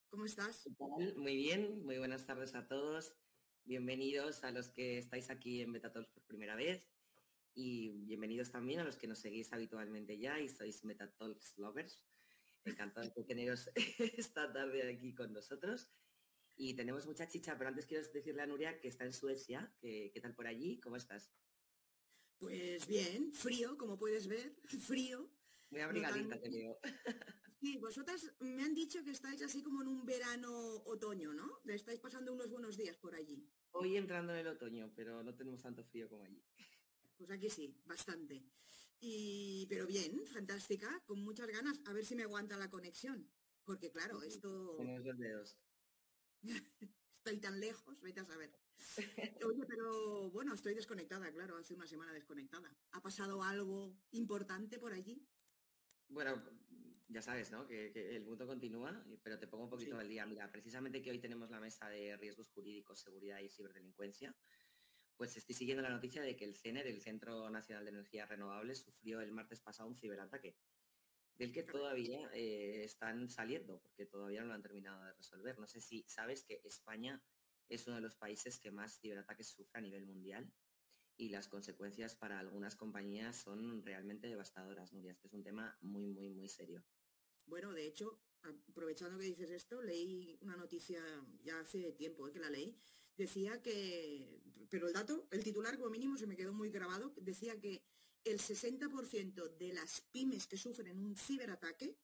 ¿Cómo estás? ¿Qué tal? Muy bien, muy buenas tardes a todos. Bienvenidos a los que estáis aquí en Metatalks por primera vez y bienvenidos también a los que nos seguís habitualmente ya y sois Metatalks lovers. Encantados de teneros esta tarde aquí con nosotros. Y tenemos mucha chicha, pero antes quiero decirle a Nuria que está en Suecia. ¿Qué tal por allí? ¿Cómo estás? Pues bien, frío, como puedes ver, frío. Muy Notan... abrigadita te veo. Sí, vosotras me han dicho que estáis así como en un verano-otoño, ¿no? Le estáis pasando unos buenos días por allí. Hoy entrando en el otoño, pero no tenemos tanto frío como allí. Pues aquí sí, bastante. Pero bien, fantástica, con muchas ganas. A ver si me aguanta la conexión. Porque claro, Sí, esto tenemos los dedos. estoy tan lejos, vete a saber. Oye, pero bueno, estoy desconectada, claro, hace una semana desconectada. ¿Ha pasado algo importante por allí? Bueno, ya sabes, ¿no? Que el mundo continúa, pero te pongo un poquito Sí. al día. Mira, precisamente que hoy tenemos la mesa de riesgos jurídicos, seguridad y ciberdelincuencia, pues estoy siguiendo la noticia de que el CENER, el Centro Nacional de Energías Renovables, sufrió el martes pasado un ciberataque, del que Caray. todavía están saliendo, porque todavía no lo han terminado de resolver. No sé si sabes que España es uno de los países que más ciberataques sufre a nivel mundial y las consecuencias para algunas compañías son realmente devastadoras, Nuria. Este es un tema muy, muy, muy serio. Bueno, de hecho, aprovechando que dices esto, leí una noticia ya hace tiempo que la leí. Decía que, pero el dato, el titular como mínimo se me quedó muy grabado, decía que el 60% de las pymes que sufren un ciberataque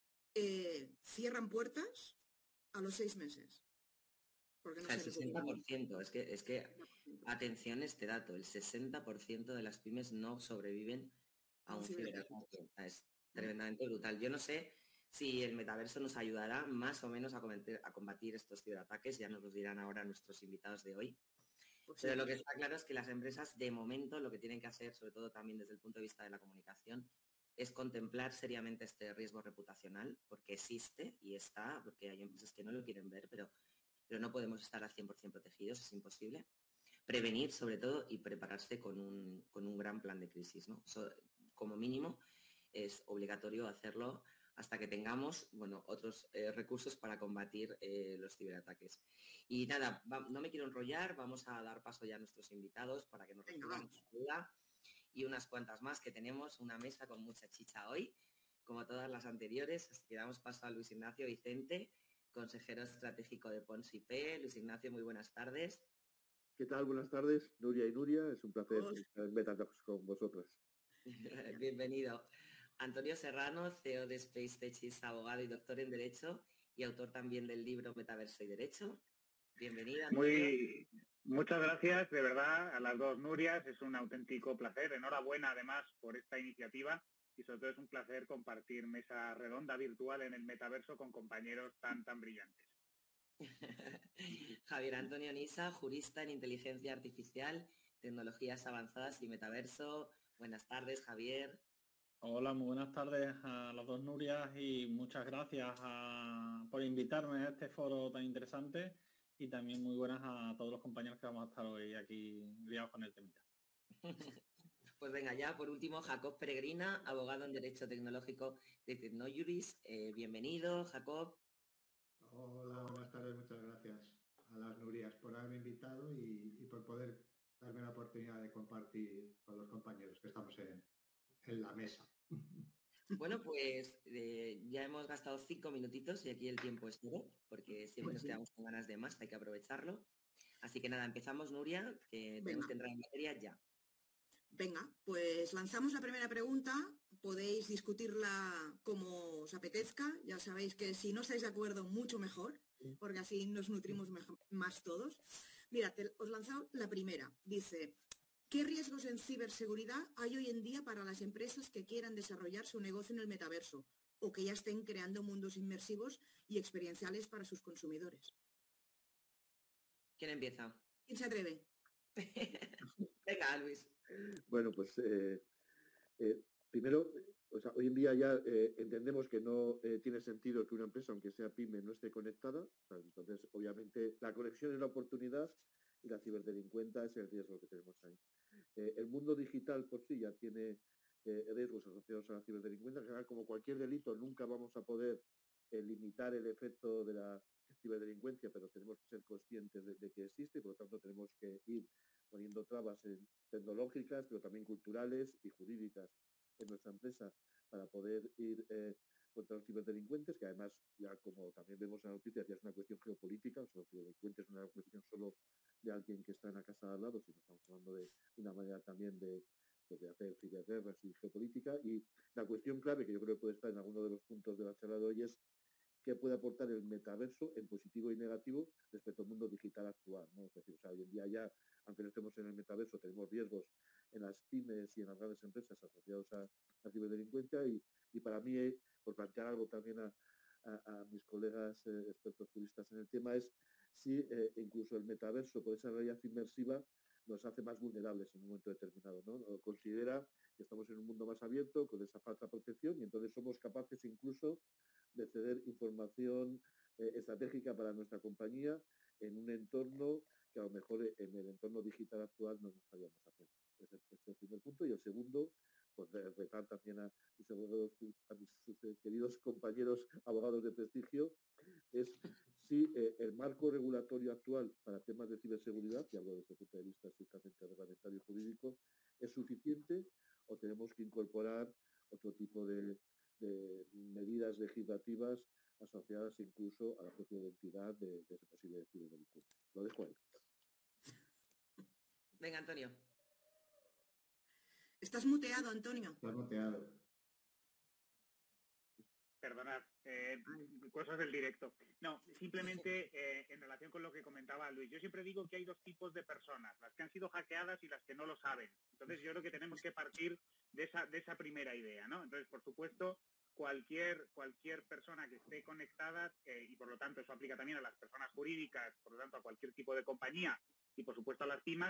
cierran puertas a los 6 meses, porque O no sea, el se sesenta recuperan. por ciento es que, 60%. atención a este dato, el 60% de las pymes no sobreviven A a un un ciberataque. ciberataque. O sea, es ¿Mm? tremendamente brutal. Yo no sé si el metaverso nos ayudará más o menos a combatir estos ciberataques, ya nos los dirán ahora nuestros invitados de hoy. Pero lo que Posiblemente. está claro es que las empresas, de momento, lo que tienen que hacer, sobre todo también desde el punto de vista de la comunicación, es contemplar seriamente este riesgo reputacional, porque existe y está, porque hay empresas que no lo quieren ver, pero no podemos estar al 100% protegidos, es imposible. Prevenir, sobre todo, y prepararse con un gran plan de crisis, ¿no? Eso, como mínimo, es obligatorio hacerlo hasta que tengamos, bueno, otros recursos para combatir los ciberataques. Y nada, no me quiero enrollar, vamos a dar paso ya a nuestros invitados para que nos Venga, resuelvan vamos. esta duda y unas cuantas más que tenemos, una mesa con mucha chicha hoy, como todas las anteriores, así que damos paso a Luis Ignacio Vicente, consejero estratégico de Pons IP. Luis Ignacio, muy buenas tardes. ¿Qué tal? Buenas tardes, Nuria y Nuria. Es un placer Todos, estar en Metatalks con vosotras. genial. Bienvenido. Antonio Serrano, CEO de Space Techis, abogado y doctor en Derecho y autor también del libro Metaverso y Derecho. Bienvenido, Antonio. Muchas gracias, de verdad, a las dos Nurias. Es un auténtico placer. Enhorabuena, además, por esta iniciativa y sobre todo es un placer compartir mesa redonda virtual en el metaverso con compañeros tan brillantes. Javier Antonio Nisa, jurista en inteligencia artificial, tecnologías avanzadas y metaverso. Buenas tardes, Javier. Hola, muy buenas tardes a las dos Nurias y muchas gracias por invitarme a este foro tan interesante y también muy buenas a todos los compañeros que vamos a estar hoy aquí liados con el temita. Pues venga, ya por último, Jacob Peregrina, abogado en Derecho Tecnológico de Tecnojuris. Bienvenido, Jacob. Hola, buenas tardes, muchas gracias a las Nurias por haberme invitado y por poder darme la oportunidad de compartir con los compañeros que estamos en la mesa. Bueno, pues ya hemos gastado 5 minutitos y aquí el tiempo es oro, porque siempre Pues nos sí. quedamos con ganas de más, hay que aprovecharlo. Así que nada, empezamos, Nuria, que tenemos Venga. que entrar en materia ya. Venga, pues lanzamos la primera pregunta. Podéis discutirla como os apetezca. Ya sabéis que si no estáis de acuerdo, mucho mejor, porque así nos nutrimos más todos. Mira, os lanzo la primera. Dice, ¿qué riesgos en ciberseguridad hay hoy en día para las empresas que quieran desarrollar su negocio en el metaverso o que ya estén creando mundos inmersivos y experienciales para sus consumidores? ¿Quién empieza? ¿Quién se atreve? Venga, Luis. Bueno, pues primero, o sea, hoy en día ya entendemos que no tiene sentido que una empresa, aunque sea pyme, no esté conectada. O sea, entonces, obviamente, la conexión es la oportunidad y la ciberdelincuencia es el riesgo que tenemos ahí. El mundo digital por sí ya tiene riesgos asociados a la ciberdelincuencia. En general, como cualquier delito, nunca vamos a poder limitar el efecto de la ciberdelincuencia, pero tenemos que ser conscientes de que existe y por lo tanto tenemos que ir poniendo trabas tecnológicas, pero también culturales y jurídicas en nuestra empresa para poder ir contra los ciberdelincuentes, que además, ya como también vemos en las noticias, ya es una cuestión geopolítica, o sea, los ciberdelincuentes no es una cuestión solo de alguien que está en la casa de al lado, sino estamos hablando de una manera también de hacer ciberguerras y geopolítica. Y la cuestión clave, que yo creo que puede estar en alguno de los puntos de la charla de hoy, es qué puede aportar el metaverso en positivo y negativo respecto al mundo digital actual, ¿no? Es decir, o sea, hoy en día ya, aunque no estemos en el metaverso, tenemos riesgos en las pymes y en las grandes empresas asociados a la ciberdelincuencia y para mí, por plantear algo también a mis colegas expertos juristas en el tema, es si incluso el metaverso, por esa realidad inmersiva, nos hace más vulnerables en un momento determinado, ¿no? Considera que estamos en un mundo más abierto, con esa falsa protección, y entonces somos capaces incluso de ceder información estratégica para nuestra compañía en un entorno que a lo mejor en el entorno digital actual no nos haríamos hacer. Ese es el primer punto. Y el segundo, pues retar también a mis abogados, a mis queridos compañeros abogados de prestigio, es si el marco regulatorio actual para temas de ciberseguridad, y hablo desde el punto de vista estrictamente reglamentario y jurídico, es suficiente o tenemos que incorporar otro tipo de medidas legislativas asociadas incluso a la propia identidad de ese posible ciberdelincuente. Lo dejo ahí. Venga, Antonio. Estás muteado, Antonio. Estás muteado. Perdonad, cosas del directo. No, simplemente en relación con lo que comentaba Luis, yo siempre digo que hay dos tipos de personas, las que han sido hackeadas y las que no lo saben. Entonces yo creo que tenemos que partir de esa primera idea, ¿no? Entonces, por supuesto, cualquier persona que esté conectada, y por lo tanto eso aplica también a las personas jurídicas, por lo tanto a cualquier tipo de compañía y por supuesto a las pymes,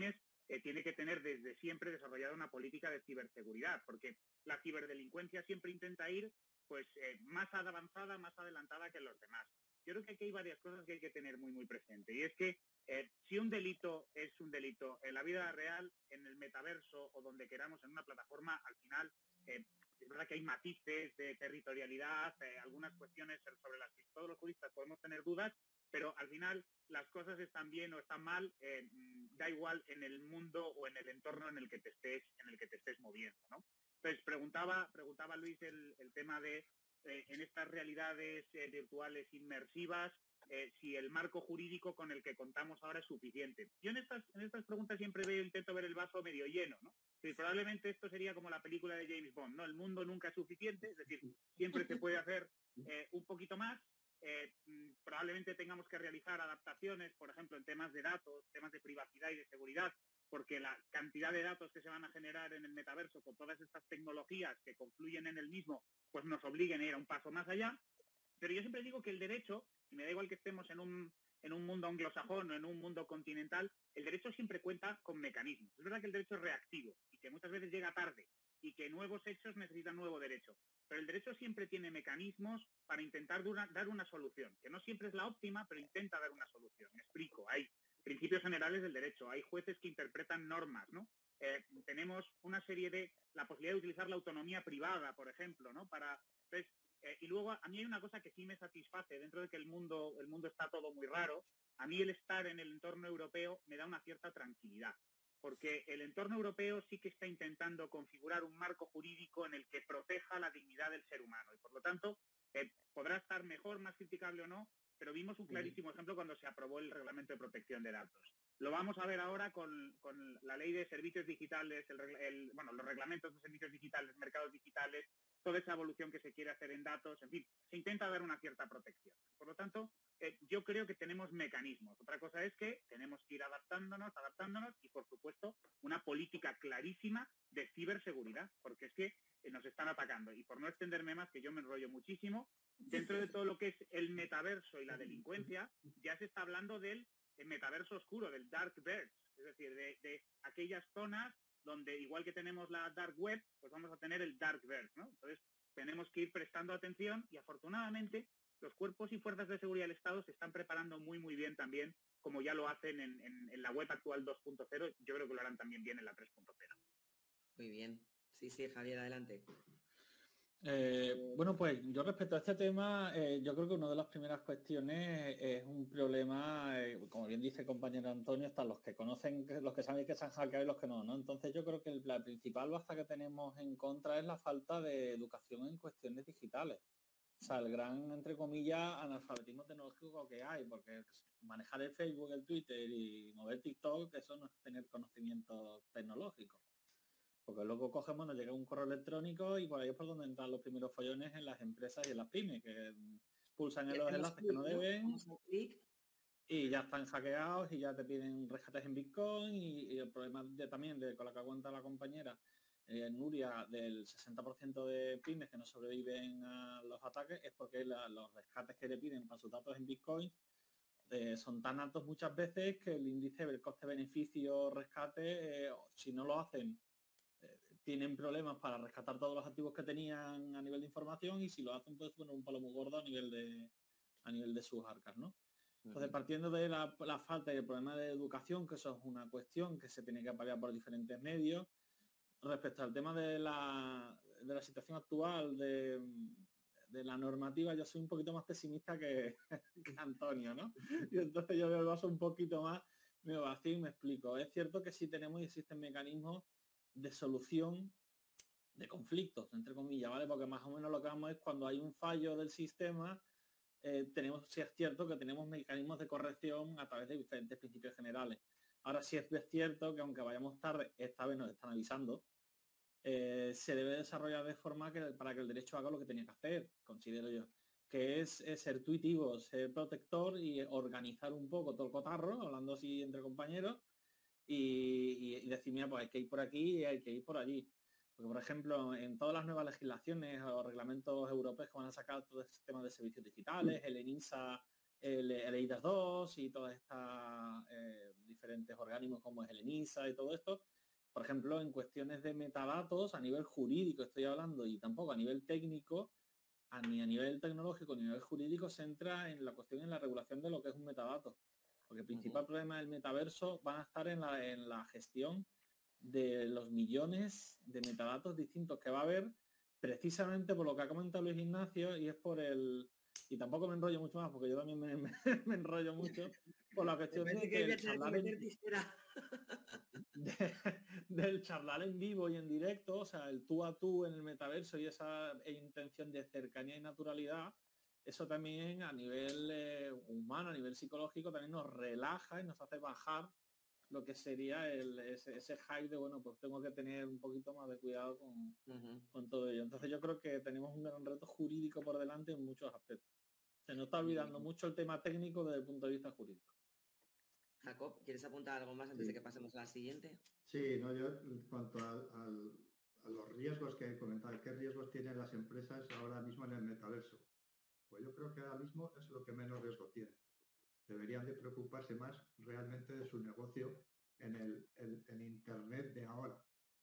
tiene que tener desde siempre desarrollada una política de ciberseguridad, porque la ciberdelincuencia siempre intenta ir pues más avanzada, más adelantada que los demás. Yo creo que aquí hay varias cosas que hay que tener muy, muy presente. Y es que si un delito es un delito en la vida real, en el metaverso o donde queramos, en una plataforma, al final es verdad que hay matices de territorialidad, algunas cuestiones sobre las que todos los juristas podemos tener dudas, pero al final las cosas están bien o están mal, da igual en el mundo o en el entorno en el que te estés moviendo, ¿no? Entonces, preguntaba Luis el tema de, en estas realidades virtuales inmersivas, si el marco jurídico con el que contamos ahora es suficiente. Yo en estas preguntas siempre intento ver el vaso medio lleno, ¿no? Sí, probablemente esto sería como la película de James Bond, ¿no? El mundo nunca es suficiente, es decir, siempre se puede hacer un poquito más. Probablemente tengamos que realizar adaptaciones, por ejemplo, en temas de datos, temas de privacidad y de seguridad, porque la cantidad de datos que se van a generar en el metaverso con todas estas tecnologías que confluyen en el mismo, pues nos obliguen a ir a un paso más allá. Pero yo siempre digo que el derecho, y me da igual que estemos en un mundo anglosajón o en un mundo continental, el derecho siempre cuenta con mecanismos. Es verdad que el derecho es reactivo y que muchas veces llega tarde y que nuevos hechos necesitan nuevo derecho. Pero el derecho siempre tiene mecanismos para intentar dar una solución, que no siempre es la óptima, pero intenta dar una solución. Me explico. Hay principios generales del derecho, hay jueces que interpretan normas, ¿no? Tenemos una serie la posibilidad de utilizar la autonomía privada, por ejemplo, ¿no? Entonces, y luego a mí hay una cosa que sí me satisface, dentro de que el mundo está todo muy raro, a mí el estar en el entorno europeo me da una cierta tranquilidad, porque el entorno europeo sí que está intentando configurar un marco jurídico en el que proteja la dignidad del ser humano y por lo tanto podrá estar mejor, más criticable o no, pero vimos un clarísimo ejemplo cuando se aprobó el Reglamento de Protección de Datos. Lo vamos a ver ahora con la Ley de Servicios Digitales, los reglamentos de servicios digitales, mercados digitales, toda esa evolución que se quiere hacer en datos, en fin, se intenta dar una cierta protección. Por lo tanto, yo creo que tenemos mecanismos. Otra cosa es que tenemos que ir adaptándonos y, por supuesto, una política clarísima de ciberseguridad, porque es que nos están atacando. Y por no extenderme más, que yo me enrollo muchísimo, dentro de todo lo que es el metaverso y la delincuencia, ya se está hablando del metaverso oscuro, del dark verse, es decir, de aquellas zonas donde, igual que tenemos la dark web, pues vamos a tener el dark verse, ¿no? Entonces, tenemos que ir prestando atención y, afortunadamente, los cuerpos y fuerzas de seguridad del Estado se están preparando muy, muy bien también, como ya lo hacen en la web actual 2.0, yo creo que lo harán también bien en la 3.0. Muy bien. Sí, Javier, adelante. Bueno, pues yo respecto a este tema, yo creo que una de las primeras cuestiones es un problema, como bien dice el compañero Antonio, están los que conocen, los que saben que se han hackeado y los que no, ¿no? Entonces yo creo que la principal baza que tenemos en contra es la falta de educación en cuestiones digitales. O sea, el gran, entre comillas, analfabetismo tecnológico que hay, porque manejar el Facebook, el Twitter y mover TikTok, eso no es tener conocimiento tecnológico. Porque luego cogemos, nos llega un correo electrónico y por ahí es por donde entran los primeros follones en las empresas y en las pymes, que pulsan en los enlaces que no deben y ya están hackeados y ya te piden rescates en Bitcoin y el problema también con la que cuenta la compañera Nuria, del 60% de pymes que no sobreviven a los ataques es porque los rescates que le piden para sus datos en Bitcoin son tan altos muchas veces que el índice del coste-beneficio rescate, si no lo hacen, tienen problemas para rescatar todos los activos que tenían a nivel de información y si lo hacen pues poner un palo muy gordo a nivel de sus arcas, ¿no? Entonces, partiendo de la falta y el problema de educación, que eso es una cuestión que se tiene que paliar por diferentes medios, respecto al tema de la situación actual de la normativa, yo soy un poquito más pesimista que Antonio, ¿no? Y entonces yo me baso un poquito más, me vacío y me explico. Es cierto que sí tenemos y existen mecanismos de solución de conflictos, entre comillas, ¿vale? Porque más o menos lo que vamos es cuando hay un fallo del sistema, tenemos, si es cierto que tenemos mecanismos de corrección a través de diferentes principios generales. Ahora sí es cierto que aunque vayamos tarde, esta vez nos están avisando, se debe desarrollar de forma para que el derecho haga lo que tenía que hacer, considero yo, que es ser tuitivo, ser protector y organizar un poco todo el cotarro, hablando así entre compañeros, y decir, mira, pues hay que ir por aquí y hay que ir por allí. Porque, por ejemplo, en todas las nuevas legislaciones o reglamentos europeos que van a sacar todo este tema de servicios digitales, el ENISA, el EIDAS 2 y todos estos diferentes organismos como es el ENISA y todo esto, por ejemplo, en cuestiones de metadatos, a nivel jurídico estoy hablando y tampoco a nivel técnico, ni a nivel tecnológico ni a nivel jurídico, se entra en la cuestión en la regulación de lo que es un metadato. Porque el principal problema del metaverso van a estar en la gestión de los millones de metadatos distintos que va a haber, precisamente por lo que ha comentado Luis Ignacio, y es por y tampoco me enrollo mucho más, porque yo también me enrollo mucho, por la cuestión de que el charlar del charlar en vivo y en directo, o sea, el tú a tú en el metaverso y esa intención de cercanía y naturalidad, eso también a nivel humano, a nivel psicológico, también nos relaja y nos hace bajar lo que sería ese hype de, bueno, pues tengo que tener un poquito más de cuidado con todo ello. Entonces yo creo que tenemos un gran reto jurídico por delante en muchos aspectos. Se nos está olvidando mucho el tema técnico desde el punto de vista jurídico. Jacob, ¿quieres apuntar algo más antes de que pasemos a la siguiente? Sí, no, yo en cuanto a los riesgos que he comentado, ¿qué riesgos tienen las empresas ahora mismo en el metaverso? Pues yo creo que ahora mismo es lo que menos riesgo tiene. Deberían de preocuparse más realmente de su negocio en Internet de ahora.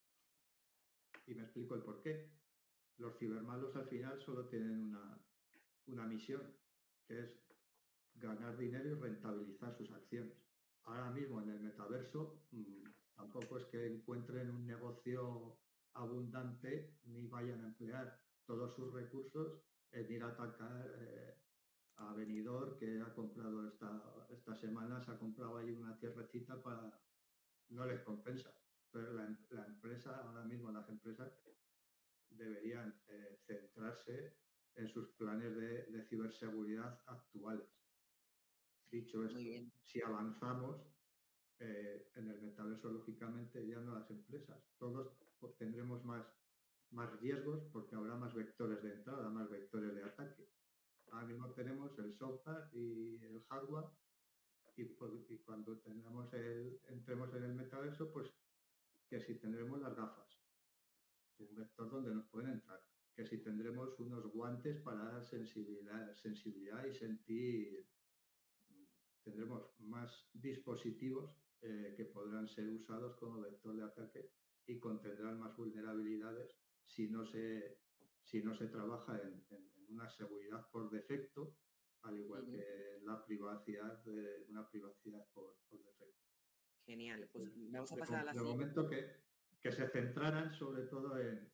Y me explico el por qué. Los cibermalos al final solo tienen una misión, que es ganar dinero y rentabilizar sus acciones. Ahora mismo en el metaverso tampoco es que encuentren un negocio abundante ni vayan a emplear todos sus recursos en ir a atacar a Benidorm, que ha comprado esta semana, se ha comprado ahí una tierrecita para... No les compensa. Pero la empresa, ahora mismo las empresas deberían centrarse en sus planes de ciberseguridad actuales. Dicho esto, si avanzamos en el metaverso, lógicamente ya no las empresas. Todos tendremos más riesgos porque habrá más vectores de entrada, más vectores de ataque. Ahora mismo tenemos el software y el hardware y cuando entremos en el metaverso, pues que si tendremos las gafas, un vector donde nos pueden entrar, que si tendremos unos guantes para sensibilidad y sentir, tendremos más dispositivos que podrán ser usados como vector de ataque y contendrán más vulnerabilidades si no se trabaja en una seguridad por defecto, al igual que la privacidad, una privacidad por defecto. Genial, pues vamos a pasar a la siguiente. De momento que se centraran sobre todo en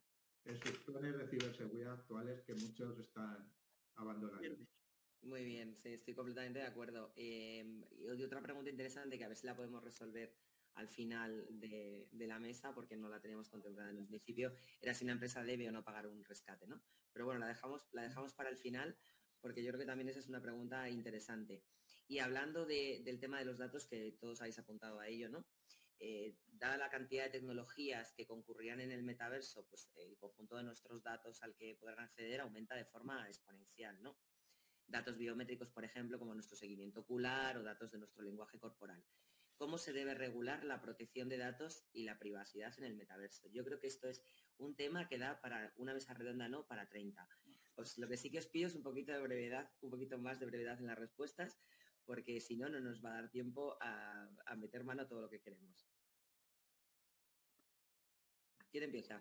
en sus planes de ciberseguridad actuales que muchos están abandonando. Muy bien, sí, estoy completamente de acuerdo. Y otra pregunta interesante que a ver si la podemos resolver al final de la mesa, porque no la teníamos contemplada en el principio, era si una empresa debe o no pagar un rescate, ¿no? Pero bueno, la dejamos para el final, porque yo creo que también esa es una pregunta interesante. Y hablando del tema de los datos, que todos habéis apuntado a ello, ¿no? Dada la cantidad de tecnologías que concurrían en el metaverso, pues el conjunto de nuestros datos al que podrán acceder aumenta de forma exponencial, ¿no? Datos biométricos, por ejemplo, como nuestro seguimiento ocular o datos de nuestro lenguaje corporal. ¿Cómo se debe regular la protección de datos y la privacidad en el metaverso? Yo creo que esto es un tema que da para una mesa redonda, no para 30. Pues lo que sí que os pido es un poquito de brevedad, un poquito más de brevedad en las respuestas, porque si no, no nos va a dar tiempo a meter mano a todo lo que queremos. ¿Quién empieza?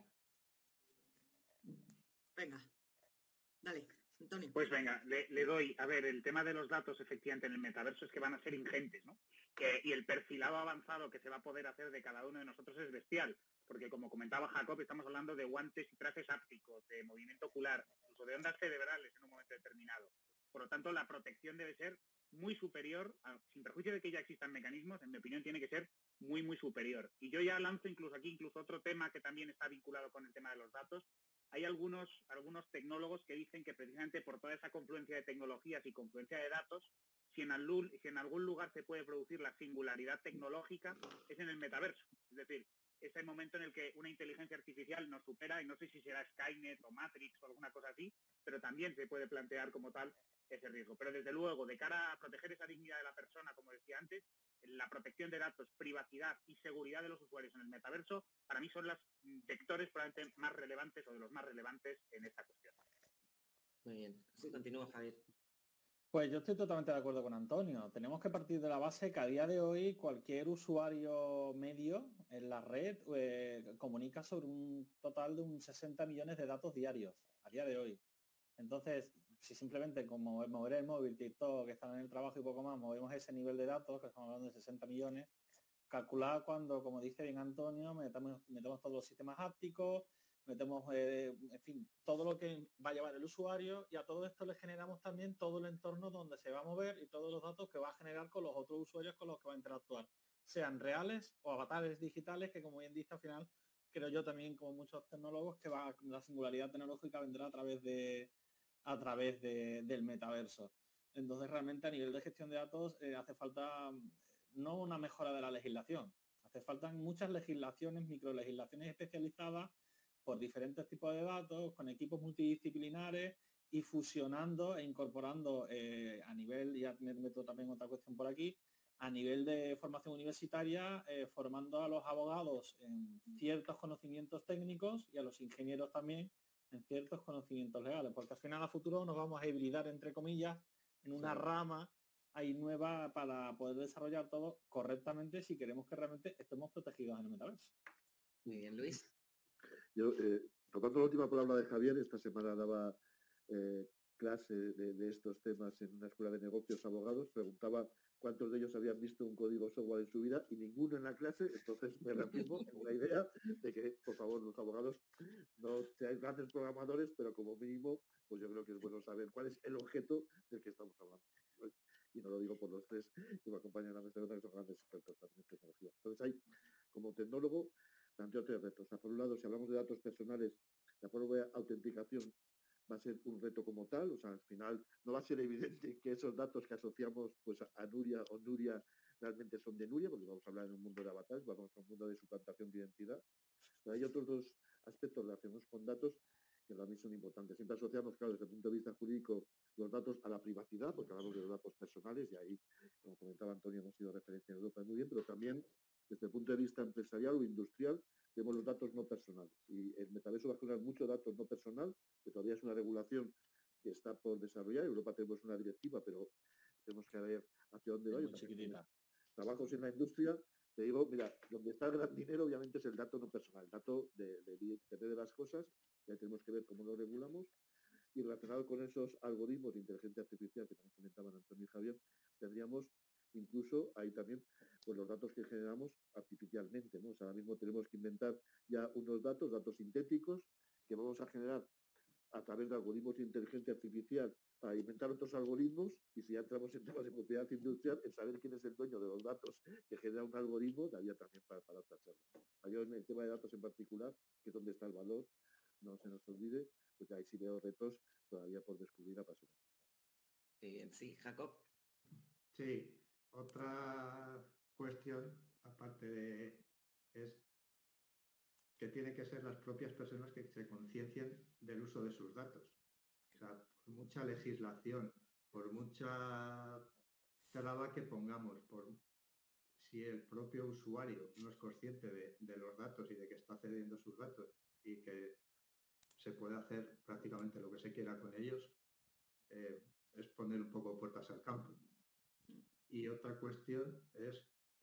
Venga, dale, Antonio. Pues venga, le doy. A ver, el tema de los datos efectivamente en el metaverso es que van a ser ingentes, ¿no? Y el perfilado avanzado que se va a poder hacer de cada uno de nosotros es bestial, porque como comentaba Jacob, estamos hablando de guantes y trajes ápticos, de movimiento ocular, incluso de ondas cerebrales en un momento determinado. Por lo tanto, la protección debe ser muy superior, sin perjuicio de que ya existan mecanismos, en mi opinión tiene que ser muy, muy superior. Y yo ya lanzo incluso otro tema que también está vinculado con el tema de los datos. Hay algunos tecnólogos que dicen que precisamente por toda esa confluencia de tecnologías y confluencia de datos, si en algún lugar se puede producir la singularidad tecnológica, es en el metaverso. Es decir, ese momento en el que una inteligencia artificial nos supera, y no sé si será Skynet o Matrix o alguna cosa así, pero también se puede plantear como tal ese riesgo. Pero desde luego, de cara a proteger esa dignidad de la persona, como decía antes, la protección de datos, privacidad y seguridad de los usuarios en el metaverso, para mí son los vectores probablemente más relevantes o de los más relevantes en esta cuestión. Muy bien. Sí, continúa, Javier. Pues yo estoy totalmente de acuerdo con Antonio. Tenemos que partir de la base que a día de hoy cualquier usuario medio en la red comunica sobre un total de 60 millones de datos diarios a día de hoy. Entonces, si simplemente como mover el móvil, TikTok, que están en el trabajo y poco más, movemos ese nivel de datos, que estamos hablando de 60 millones, calculad cuando, como dice bien Antonio, metemos todos los sistemas ápticos, metemos, en fin, todo lo que va a llevar el usuario, y a todo esto le generamos también todo el entorno donde se va a mover y todos los datos que va a generar con los otros usuarios con los que va a interactuar, sean reales o avatares digitales, que como bien dice al final, creo yo también, como muchos tecnólogos, que la singularidad tecnológica vendrá a través del metaverso. Entonces, realmente a nivel de gestión de datos hace falta no una mejora de la legislación, hace falta muchas legislaciones, microlegislaciones especializadas por diferentes tipos de datos, con equipos multidisciplinares y fusionando e incorporando a nivel, ya me meto también otra cuestión por aquí, a nivel de formación universitaria, formando a los abogados en ciertos conocimientos técnicos y a los ingenieros también en ciertos conocimientos legales, porque al final a futuro nos vamos a hibridar, entre comillas, en una rama ahí nueva para poder desarrollar todo correctamente si queremos que realmente estemos protegidos en el metaverso. Muy bien, Luis. Yo, tocando la última palabra de Javier, esta semana daba clase de estos temas en una escuela de negocios abogados, preguntaba cuántos de ellos habían visto un código software en su vida y ninguno en la clase, entonces me reafirmo en la idea de que, por favor, los abogados no sean grandes programadores, pero como mínimo, pues yo creo que es bueno saber cuál es el objeto del que estamos hablando. Y no lo digo por los tres que me acompañan en la mesa, que son grandes expertos también en tecnología. Entonces hay, como tecnólogo, planteo tres retos. O sea, por un lado, si hablamos de datos personales, la propia autenticación va a ser un reto como tal, o sea, al final no va a ser evidente que esos datos que asociamos pues a Nuria o Nuria realmente son de Nuria, porque vamos a hablar en un mundo de avatares, vamos a un mundo de suplantación de identidad. Pero hay otros dos aspectos relacionados con datos que para mí son importantes. Siempre asociamos, claro, desde el punto de vista jurídico, los datos a la privacidad, porque hablamos de los datos personales, y ahí, como comentaba Antonio, hemos sido referencia en Europa muy bien, pero también desde el punto de vista empresarial o industrial, tenemos los datos no personales. Y el metaverso va a generar muchos datos no personal, que todavía es una regulación que está por desarrollar. En Europa tenemos una directiva, pero tenemos que ver hacia dónde va. Muy chiquitita. Trabajos en la industria, te digo, mira, donde está el gran dinero obviamente es el dato no personal, el dato de Internet de las cosas, ya tenemos que ver cómo lo regulamos. Y relacionado con esos algoritmos de inteligencia artificial que nos comentaban Antonio y Javier, tendríamos incluso ahí también pues los datos que generamos artificialmente, ¿no? O sea, ahora mismo tenemos que inventar ya unos datos sintéticos que vamos a generar a través de algoritmos de inteligencia artificial para alimentar otros algoritmos, y si ya entramos en temas de propiedad industrial, en saber quién es el dueño de los datos que genera un algoritmo, daría también para otra charla. Yo en el tema de datos en particular, que es donde está el valor, no se nos olvide, pues ahí sí veo retos todavía por descubrir apasionantes. Sí, Jacob. Sí, otra cuestión, aparte de, es que tiene que ser las propias personas que se conciencien del uso de sus datos. O sea, por mucha legislación, por mucha traba que pongamos, si el propio usuario no es consciente de los datos y de que está cediendo sus datos y que se puede hacer prácticamente lo que se quiera con ellos, es poner un poco puertas al campo. Y otra cuestión es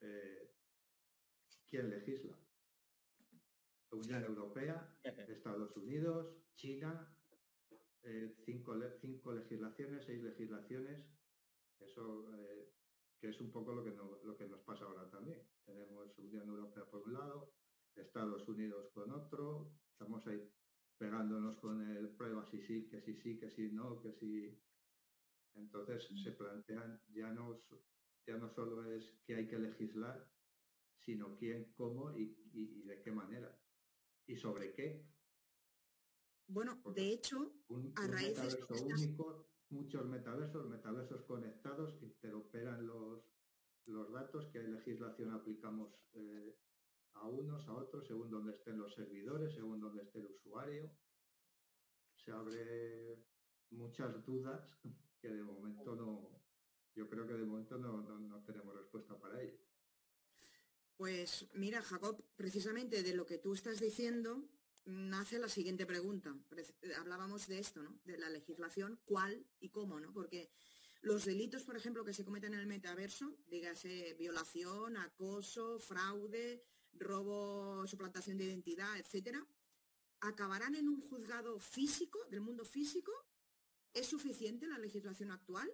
quién legisla. La Unión Europea, Estados Unidos, China, 5 legislaciones, 6 legislaciones, eso que es un poco lo que nos pasa ahora también. Tenemos Unión Europea por un lado, Estados Unidos con otro, estamos ahí pegándonos con el prueba si sí, que si no, que si. Entonces se plantean, ya no solo es que hay que legislar, sino quién, cómo y de qué manera. ¿Y sobre qué? Bueno, Porque de hecho, a raíz de metaverso único, muchos metaversos conectados, interoperan los datos, qué legislación aplicamos a unos, a otros, según donde estén los servidores, según donde esté el usuario. Se abre muchas dudas que de momento yo creo que de momento no tenemos respuesta para ello. Pues mira, Jacob, precisamente de lo que tú estás diciendo, nace la siguiente pregunta. Hablábamos de esto, ¿no? De la legislación, cuál y cómo, ¿no? Porque los delitos, por ejemplo, que se cometen en el metaverso, dígase violación, acoso, fraude, robo, suplantación de identidad, etcétera, ¿acabarán en un juzgado físico, del mundo físico? ¿Es suficiente la legislación actual?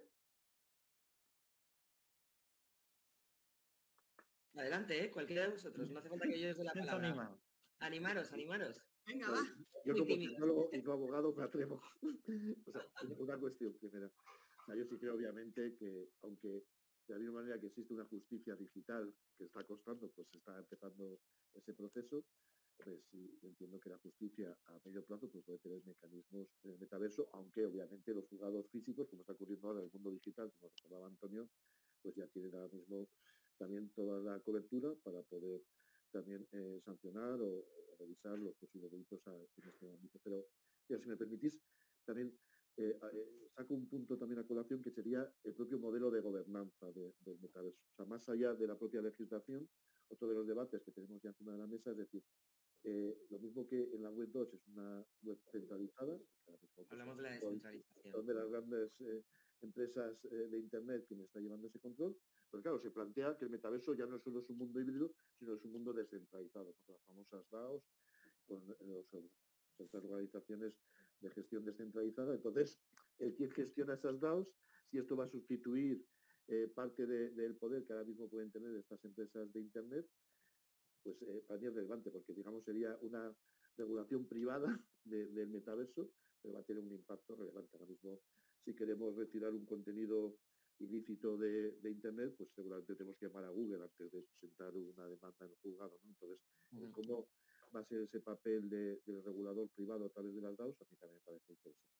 Adelante, cualquiera de vosotros. No hace falta que yo os dé la palabra. Animaros. Venga, va. Yo como tecnólogo y como abogado me atrevo. O sea, una cuestión primera. O sea, yo sí creo obviamente que, aunque de la misma manera que existe una justicia digital que está costando, pues está empezando ese proceso, pues sí, entiendo que la justicia a medio plazo pues puede tener mecanismos en el metaverso, aunque obviamente los juzgados físicos, como está ocurriendo ahora en el mundo digital, como recordaba Antonio, pues ya tienen ahora mismo también toda la cobertura para poder también sancionar o revisar los posibles delitos en este ámbito. Pero si me permitís, también saco un punto también a colación que sería el propio modelo de gobernanza del metaverso. O sea, más allá de la propia legislación, otro de los debates que tenemos ya encima de la mesa es decir, lo mismo que en la web 2 es una web centralizada. Hablamos de la descentralización. Son de las grandes empresas de Internet quien está llevando ese control. Pero claro, se plantea que el metaverso ya no solo es un mundo híbrido, sino es un mundo descentralizado, con las famosas DAOs, con las organizaciones de gestión descentralizada. Entonces, ¿quién gestiona esas DAOs? Si esto va a sustituir parte del poder que ahora mismo pueden tener estas empresas de Internet, pues para mí es relevante, porque digamos sería una regulación privada del metaverso, pero va a tener un impacto relevante. Ahora mismo, si queremos retirar un contenido ilícito de Internet, pues seguramente tenemos que llamar a Google antes de presentar una demanda en el juzgado, ¿no? Entonces, ¿cómo va a ser ese papel del regulador privado a través de las DAOs? A mí también me parece interesante.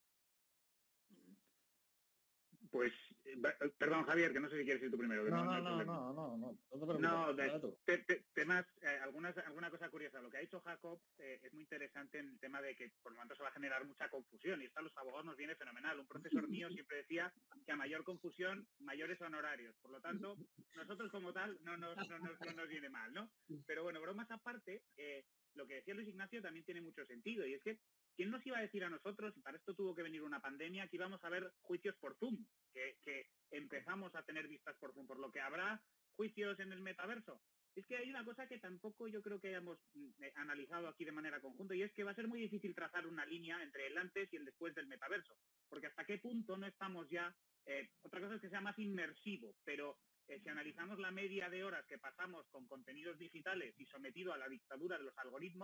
Pues, perdón, Javier, que no sé si quieres ir tú primero. Que temas, alguna cosa curiosa. Lo que ha dicho Jacob es muy interesante en el tema de que, por lo tanto, se va a generar mucha confusión. Y esto a los abogados nos viene fenomenal. Un profesor mío siempre decía que a mayor confusión, mayores honorarios. Por lo tanto, nosotros como tal no nos viene mal, ¿no? Pero bueno, bromas aparte, lo que decía Luis Ignacio también tiene mucho sentido. Y es que ¿quién nos iba a decir a nosotros, y para esto tuvo que venir una pandemia, que íbamos a ver juicios por Zoom? Que empezamos a tener vistas por Zoom, por lo que habrá juicios en el metaverso. Es que hay una cosa que tampoco yo creo que hayamos analizado aquí de manera conjunta, y es que va a ser muy difícil trazar una línea entre el antes y el después del metaverso, porque hasta qué punto no estamos ya, otra cosa es que sea más inmersivo, pero si analizamos la media de horas que pasamos con contenidos digitales y sometido a la dictadura de los algoritmos,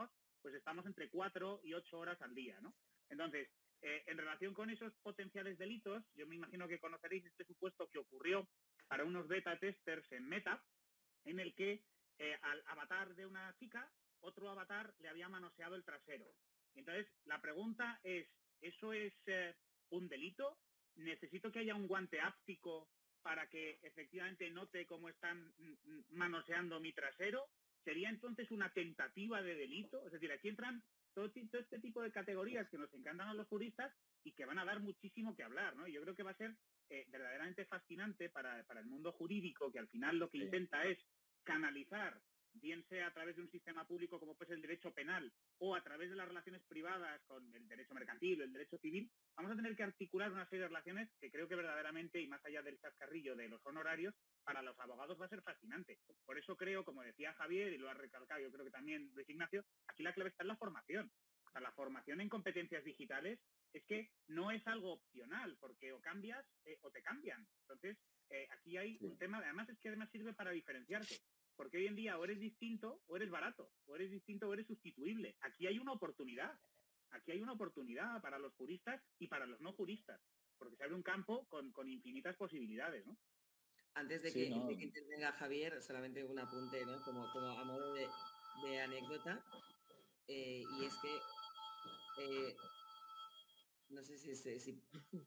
pues estamos entre 4 y 8 horas al día, ¿no? Entonces, en relación con esos potenciales delitos, yo me imagino que conoceréis este supuesto que ocurrió para unos beta testers en Meta, en el que al avatar de una chica, otro avatar le había manoseado el trasero. Entonces, la pregunta es, ¿eso es un delito? ¿Necesito que haya un guante áptico para que efectivamente note cómo están manoseando mi trasero? ¿Sería entonces una tentativa de delito? Es decir, aquí entran todo este tipo de categorías que nos encantan a los juristas y que van a dar muchísimo que hablar, ¿no? Yo creo que va a ser verdaderamente fascinante para el mundo jurídico, que al final lo que intenta es canalizar, bien sea a través de un sistema público como puede ser el derecho penal o a través de las relaciones privadas con el derecho mercantil, el derecho civil, vamos a tener que articular una serie de relaciones que creo que verdaderamente, y más allá del chascarrillo de los honorarios, para los abogados va a ser fascinante. Por eso creo, como decía Javier, y lo ha recalcado yo creo que también Luis Ignacio, aquí la clave está en la formación. O sea, la formación en competencias digitales es que no es algo opcional, porque o cambias o te cambian. Entonces, aquí hay un tema, además es que además sirve para diferenciarte, porque hoy en día o eres distinto o eres barato, o eres distinto o eres sustituible. Aquí hay una oportunidad para los juristas y para los no juristas, porque se abre un campo con infinitas posibilidades, ¿no? Antes de que intervenga Javier, solamente un apunte, ¿no? Como a modo de anécdota, y es que no sé si...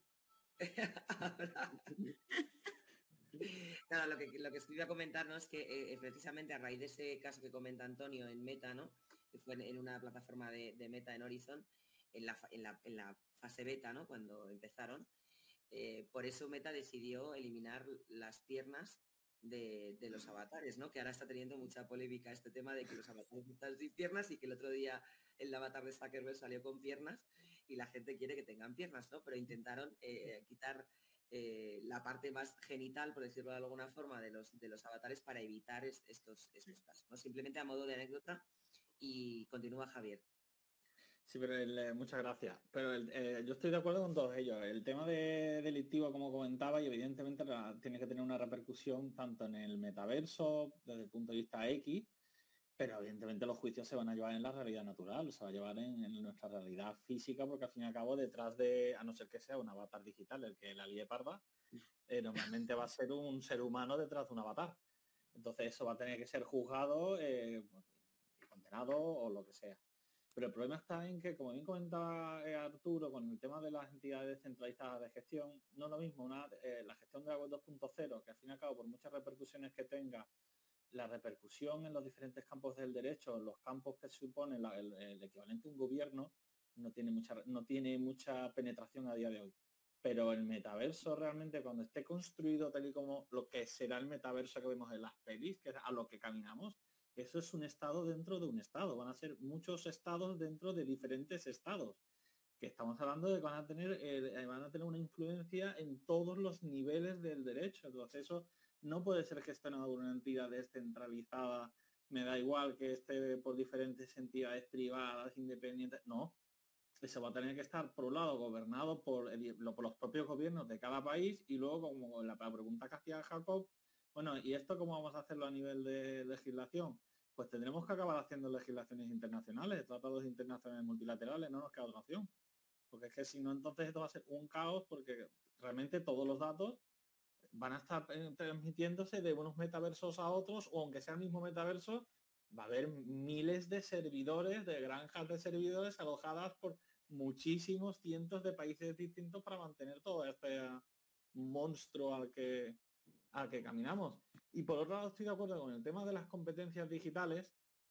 Claro, lo que os iba a comentar, ¿no? Es que precisamente a raíz de ese caso que comenta Antonio en Meta, ¿no? Que fue en una plataforma de Meta en Horizon, en la fase beta, ¿no? Cuando empezaron, por eso Meta decidió eliminar las piernas de los avatares, ¿no? Que ahora está teniendo mucha polémica este tema de que los avatares están sin piernas y que el otro día el avatar de Zuckerberg salió con piernas y la gente quiere que tengan piernas, ¿no? Pero intentaron quitar la parte más genital, por decirlo de alguna forma, de los avatares para evitar estos casos, ¿no? Simplemente a modo de anécdota. Y continúa Javier. Sí, pero muchas gracias. Pero yo estoy de acuerdo con todos ellos. El tema de delictivo, como comentaba, y evidentemente tiene que tener una repercusión tanto en el metaverso, desde el punto de vista X, pero evidentemente los juicios se van a llevar en la realidad natural, se va a llevar en nuestra realidad física, porque al fin y al cabo detrás de, a no ser que sea un avatar digital, el que la líe parda, normalmente va a ser un ser humano detrás de un avatar. Entonces eso va a tener que ser juzgado, condenado o lo que sea. Pero el problema está en que, como bien comentaba Arturo, con el tema de las entidades descentralizadas de gestión, no es lo mismo la gestión de la web 2.0, que al fin y al cabo, por muchas repercusiones que tenga, la repercusión en los diferentes campos del derecho, en los campos que supone el equivalente a un gobierno, no tiene mucha penetración a día de hoy. Pero el metaverso realmente, cuando esté construido tal y como lo que será el metaverso que vemos en las pelis, que es a lo que caminamos, eso es un estado dentro de un estado. Van a ser muchos estados dentro de diferentes estados. Que estamos hablando de que van a tener una influencia en todos los niveles del derecho. Entonces eso no puede ser gestionado por una entidad descentralizada. Me da igual que esté por diferentes entidades privadas, independientes. No. Eso va a tener que estar, por un lado, gobernado por los propios gobiernos de cada país y luego, como la pregunta que hacía Jacob, bueno, ¿y esto cómo vamos a hacerlo a nivel de legislación? Pues tendremos que acabar haciendo legislaciones internacionales, tratados internacionales multilaterales, no nos queda otra opción. Porque es que si no, entonces esto va a ser un caos porque realmente todos los datos van a estar transmitiéndose de unos metaversos a otros, o aunque sea el mismo metaverso, va a haber miles de servidores, de granjas de servidores alojadas por muchísimos cientos de países distintos para mantener todo este monstruo al que caminamos. Y por otro lado estoy de acuerdo con el tema de las competencias digitales.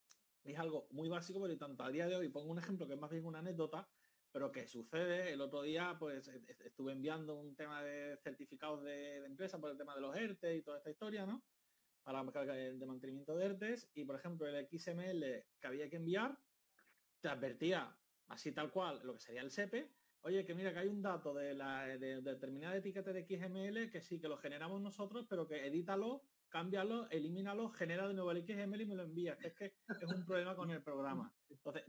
Es algo muy básico, pero tanto a día de hoy, pongo un ejemplo que es más bien una anécdota, pero que sucede. El otro día pues estuve enviando un tema de certificados de empresa por el tema de los ERTE y toda esta historia, ¿no? Para el de mantenimiento de ERTEs, y por ejemplo el XML que había que enviar te advertía así tal cual lo que sería el SEPE. Oye, que mira que hay un dato de determinada etiqueta de XML que sí, que lo generamos nosotros, pero que edítalo, cámbialo, elimínalo, genera de nuevo el XML y me lo envías. Que es un problema con el programa. Entonces,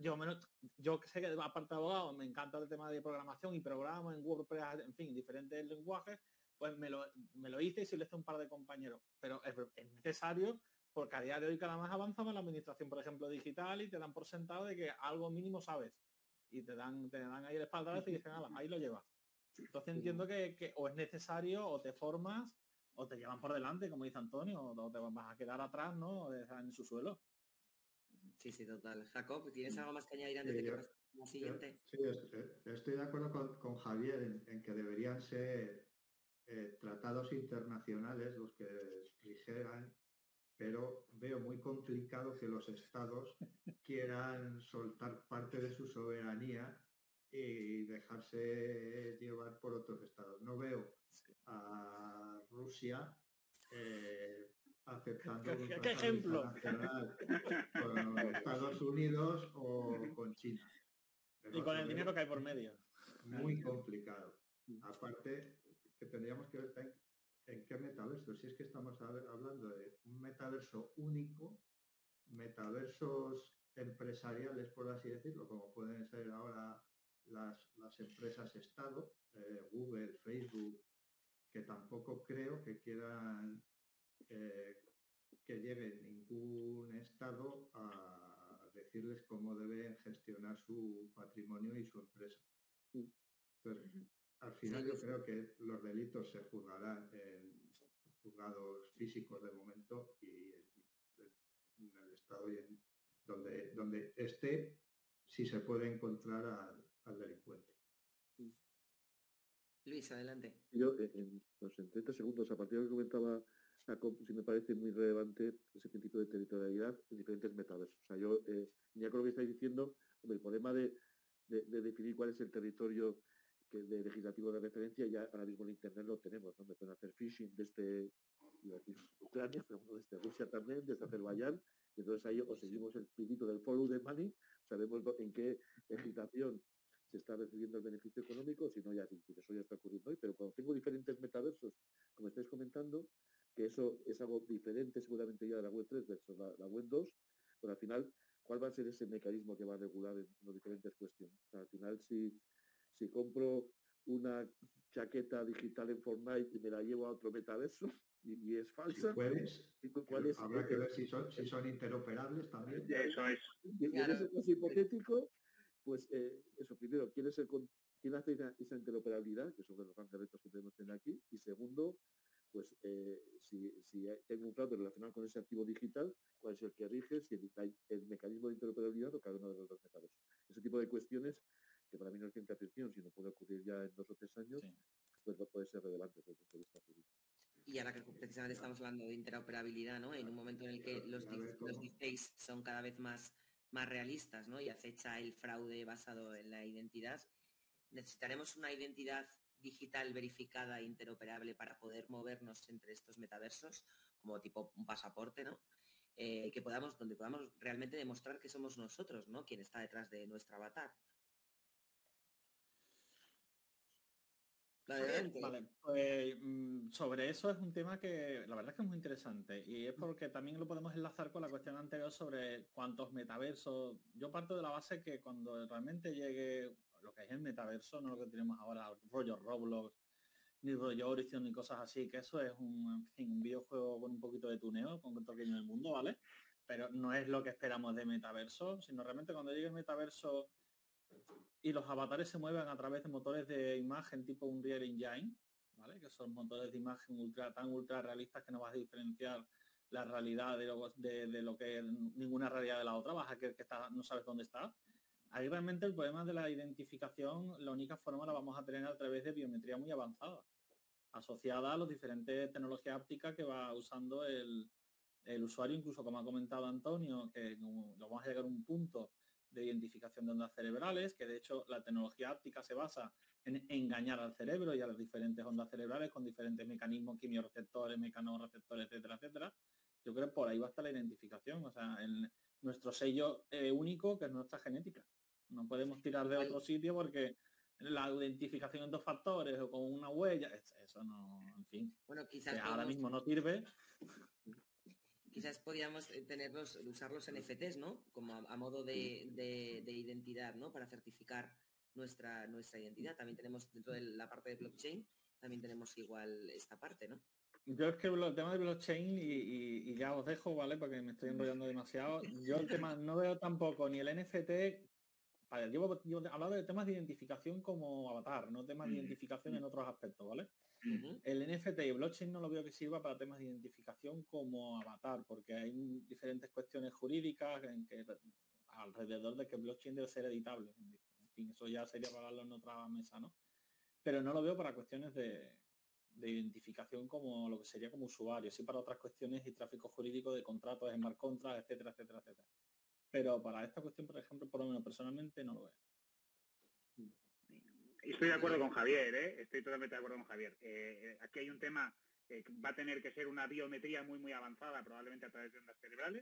yo sé que aparte de abogado me encanta el tema de programación y programa en WordPress, en fin, diferentes lenguajes, pues me lo hice y se lo hice a un par de compañeros. Pero es necesario porque a día de hoy cada vez avanza más la administración, por ejemplo, digital, y te dan por sentado de que algo mínimo sabes. Y te dan ahí el espaldarazo y dicen, "Ala, ahí lo llevas". Entonces entiendo que o es necesario, o te formas, o te llevan por delante, como dice Antonio, o te vas a quedar atrás, ¿no? En su suelo. Sí, sí, total. Jacob, ¿tienes algo más que añadir antes Sí, de que pasemos a la siguiente? sí, estoy de acuerdo con Javier en que deberían ser tratados internacionales los que rigieran, pero veo muy complicado que los estados quieran soltar parte de su soberanía y dejarse llevar por otros estados. No veo a Rusia aceptando un ¿Qué tratado ejemplo? internacional con Estados Unidos o con China. Y con Lo el veo dinero que hay por medio. muy complicado. Aparte, que tendríamos que ver en qué metaverso. Si es que estamos hablando de un metaverso único, metaversos empresariales, por así decirlo, como pueden ser ahora las empresas Estado, Google, Facebook, que tampoco creo que quieran que llegue ningún Estado a decirles cómo deben gestionar su patrimonio y su empresa. Entonces, al final yo creo que los delitos se juzgarán en juzgados físicos de momento y en el Estado y donde esté, si se puede encontrar al delincuente. Luis, adelante. Yo, en 30 segundos, a partir de lo que comentaba Jacob, sí me parece muy relevante ese principio de territorialidad en diferentes metaversos. O sea, yo, ya con lo que estáis diciendo, hombre, el problema de definir cuál es el territorio de legislativo de referencia, ya ahora mismo en Internet lo tenemos, ¿no? Me pueden hacer phishing desde Ucrania, pero bueno, desde Rusia también, desde Azerbaiyán, y entonces ahí o seguimos el principio del follow the money, sabemos en qué legislación se está recibiendo el beneficio económico, si no ya eso ya está ocurriendo hoy, pero cuando tengo diferentes metaversos, como estáis comentando, que eso es algo diferente seguramente ya de la web 3 versus la web 2, pero al final, ¿cuál va a ser ese mecanismo que va a regular en las diferentes cuestiones? O sea, al final, si compro una chaqueta digital en Fortnite y me la llevo a otro metaverso y es falsa, si puedes, ¿cuál es? habrá que ver si son interoperables también. Eso es. Y en ese caso hipotético, pues eso, primero, ¿quién hace esa interoperabilidad? Que son los grandes retos que tenemos que tener aquí. Y segundo, pues si tengo un fraude relacionado con ese activo digital, ¿cuál es el que rige? Si el mecanismo de interoperabilidad o cada uno de los dos metaversos. Ese tipo de cuestiones, que para mí no es ciencia ficción, sino puede ocurrir ya en 2 o 3 años, sí, pues puede ser relevante desde el punto de vista jurídico. Y ahora que precisamente estamos hablando de interoperabilidad, ¿no? En un momento en el que los deepfakes son cada vez más realistas, ¿no? Y acecha el fraude basado en la identidad, necesitaremos una identidad digital verificada e interoperable para poder movernos entre estos metaversos, como tipo un pasaporte, ¿no? Donde podamos realmente demostrar que somos nosotros, ¿no? Quien está detrás de nuestro avatar. Vale, pues sobre eso es un tema que la verdad es que es muy interesante, y es porque también lo podemos enlazar con la cuestión anterior sobre cuántos metaversos. Yo parto de la base que cuando realmente llegue lo que es el metaverso, no lo que tenemos ahora, rollo Roblox, ni rollo Horizon, ni cosas así, que eso es un videojuego con un poquito de tuneo, con todo aquello en el mundo, ¿vale? Pero no es lo que esperamos de metaverso, sino realmente cuando llegue el metaverso y los avatares se mueven a través de motores de imagen tipo Unreal Engine, ¿vale? Que son motores de imagen tan ultra realistas que no vas a diferenciar la realidad de lo que es ninguna realidad de la otra, vas a creer que no sabes dónde está. Ahí realmente el problema de la identificación, la única forma la vamos a tener a través de biometría muy avanzada, asociada a las diferentes tecnologías ápticas que va usando el usuario, incluso como ha comentado Antonio, que lo vamos a llegar a un punto de identificación de ondas cerebrales, que de hecho la tecnología áptica se basa en engañar al cerebro y a las diferentes ondas cerebrales con diferentes mecanismos, quimiorreceptores, mecanorreceptores, etcétera, etcétera. Yo creo que por ahí va a estar la identificación, o sea, nuestro sello único, que es nuestra genética. No podemos tirar de otro sitio porque la identificación en 2 factores o con una huella, eso no, en fin. Bueno, quizás ahora mismo no sirve. Quizás podríamos usar los NFTs, ¿no? Como a modo de identidad, ¿no? Para certificar nuestra identidad. También tenemos dentro de la parte de blockchain, también tenemos igual esta parte, ¿no? Yo es que el tema de blockchain y ya os dejo, ¿vale? Porque me estoy enrollando demasiado. Yo el tema no veo tampoco ni el NFT. Vale, yo hablaba de temas de identificación como avatar, no temas de identificación en otros aspectos, ¿vale? El NFT y blockchain no lo veo que sirva para temas de identificación como avatar, porque hay diferentes cuestiones jurídicas alrededor de que blockchain debe ser editable. En fin, eso ya sería para hablarlo en otra mesa, ¿no? Pero no lo veo para cuestiones de identificación como lo que sería como usuario, sí para otras cuestiones y tráfico jurídico de contratos, smart contracts, etcétera, etcétera, etcétera. Pero para esta cuestión, por ejemplo, por lo menos personalmente no lo veo. Estoy de acuerdo con Javier, estoy totalmente de acuerdo con Javier. Aquí hay un tema que va a tener que ser una biometría muy, muy avanzada, probablemente a través de ondas cerebrales,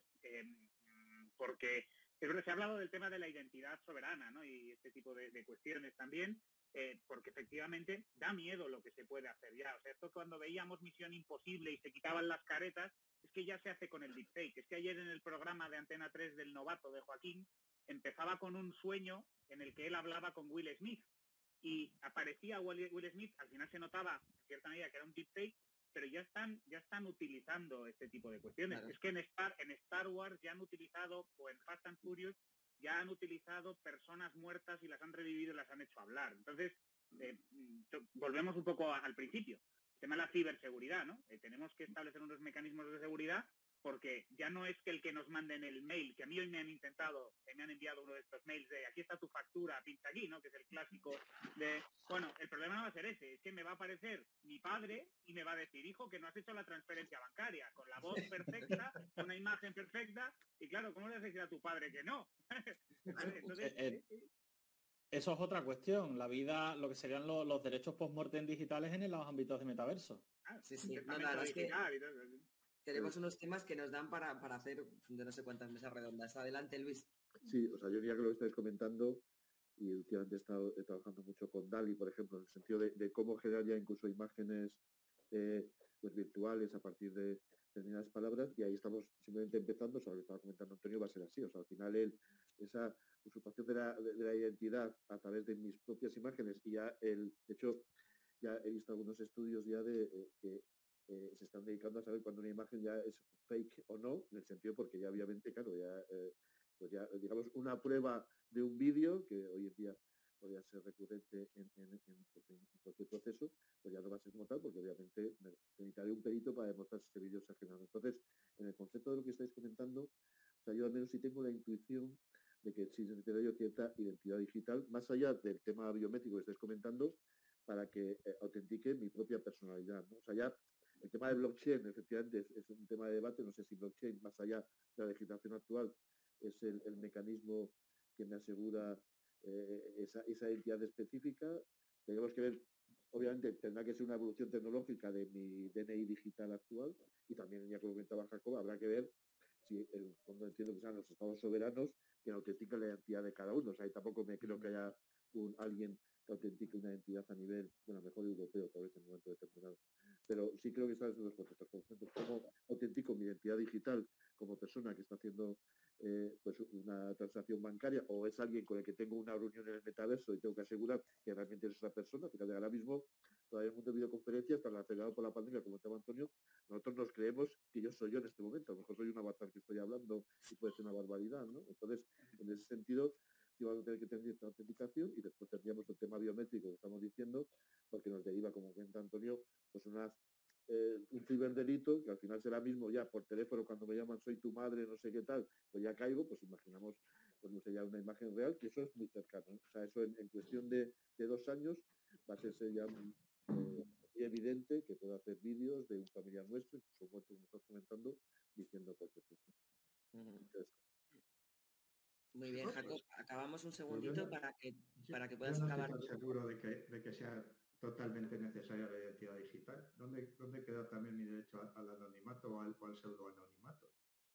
porque se ha hablado del tema de la identidad soberana, ¿no? Y este tipo de cuestiones también, porque efectivamente da miedo lo que se puede hacer ya. O sea, esto cuando veíamos Misión Imposible y se quitaban las caretas, es que ya se hace con el deepfake. Es que ayer en el programa de Antena 3 del Novato de Joaquín empezaba con un sueño en el que él hablaba con Will Smith y aparecía Will Smith, al final se notaba en cierta medida que era un deepfake, pero ya están utilizando este tipo de cuestiones. Claro. Es que en Star Wars ya han utilizado, o en Fast and Furious, ya han utilizado personas muertas y las han revivido y las han hecho hablar. Entonces, volvemos un poco al principio. El tema de la ciberseguridad, ¿no? Tenemos que establecer unos mecanismos de seguridad porque ya no es que el que nos manden el mail, que a mí hoy me han enviado uno de estos mails de aquí está tu factura, pinta aquí, ¿no? Que es el clásico de, bueno, el problema no va a ser ese, es que me va a aparecer mi padre y me va a decir, hijo, que no has hecho la transferencia bancaria, con la voz perfecta, una imagen perfecta, y claro, ¿cómo le vas a decir a tu padre que no? Entonces, eso es otra cuestión, la vida, lo que serían los derechos post-mortem digitales en los ámbitos de metaverso. Sí. No, la verdad es que tenemos unos temas que nos dan para hacer de no sé cuántas mesas redondas. Adelante, Luis. Sí, o sea, yo diría que lo que estáis comentando, y últimamente he estado trabajando mucho con DALL-E, por ejemplo, en el sentido de cómo generar ya incluso imágenes pues virtuales a partir de determinadas palabras, y ahí estamos simplemente empezando. O sea, lo que estaba comentando Antonio va a ser así. O sea, al final esa usurpación de la identidad a través de mis propias imágenes, y ya de hecho, ya he visto algunos estudios ya de que se están dedicando a saber cuándo una imagen ya es fake o no, en el sentido porque ya obviamente, claro, ya pues ya digamos una prueba de un vídeo que hoy en día podría ser recurrente en cualquier proceso, pues ya no va a ser como tal, porque obviamente necesitaré un perito para demostrar si ese vídeo se ha generado. Entonces, en el concepto de lo que estáis comentando, o sea, yo al menos sí tengo la intuición de que sí necesitaría cierta identidad digital, más allá del tema biométrico que estáis comentando, para que autentique mi propia personalidad, ¿no? O sea, ya el tema de blockchain, efectivamente, es un tema de debate. No sé si blockchain, más allá de la legislación actual, es el mecanismo que me asegura esa identidad específica. Tenemos que ver, obviamente, tendrá que ser una evolución tecnológica de mi DNI digital actual, y también, ya que lo comentaba Jacob, habrá que ver si en el fondo entiendo que sean los estados soberanos que autentican la identidad de cada uno. O sea, ahí tampoco me creo que haya alguien que autentique una identidad a nivel, bueno, mejor europeo, tal vez en un momento determinado. Pero sí creo que están esos dos conceptos. Por ejemplo, cómo autentico mi identidad digital como persona que está haciendo pues una transacción bancaria, o es alguien con el que tengo una reunión en el metaverso y tengo que asegurar que realmente es esa persona. Fíjate, ahora mismo, todavía en el mundo de videoconferencias, tan acelerado por la pandemia, como estaba Antonio, nosotros nos creemos que yo soy yo en este momento. A lo mejor soy un avatar que estoy hablando y puede ser una barbaridad, ¿no? Entonces, en ese sentido, sí vamos a tener que tener esta autenticación, y después tendríamos el tema biométrico que estamos diciendo, porque nos deriva, como cuenta Antonio, pues un ciberdelito que al final será mismo ya por teléfono cuando me llaman soy tu madre, no sé qué tal, pues ya caigo. Pues imaginamos, pues no sé, ya una imagen real, que eso es muy cercano, ¿no? O sea, eso en cuestión de 2 años va a ser ya muy evidente que puedo hacer vídeos de un familiar nuestro, incluso muerto, como estás comentando, diciendo cualquier cosa. Entonces, muy bien, Jacob. Acabamos un segundito para que puedas yo no acabar. Estoy tan seguro de que sea totalmente necesaria la identidad digital. ¿Dónde queda también mi derecho al anonimato o al pseudoanonimato?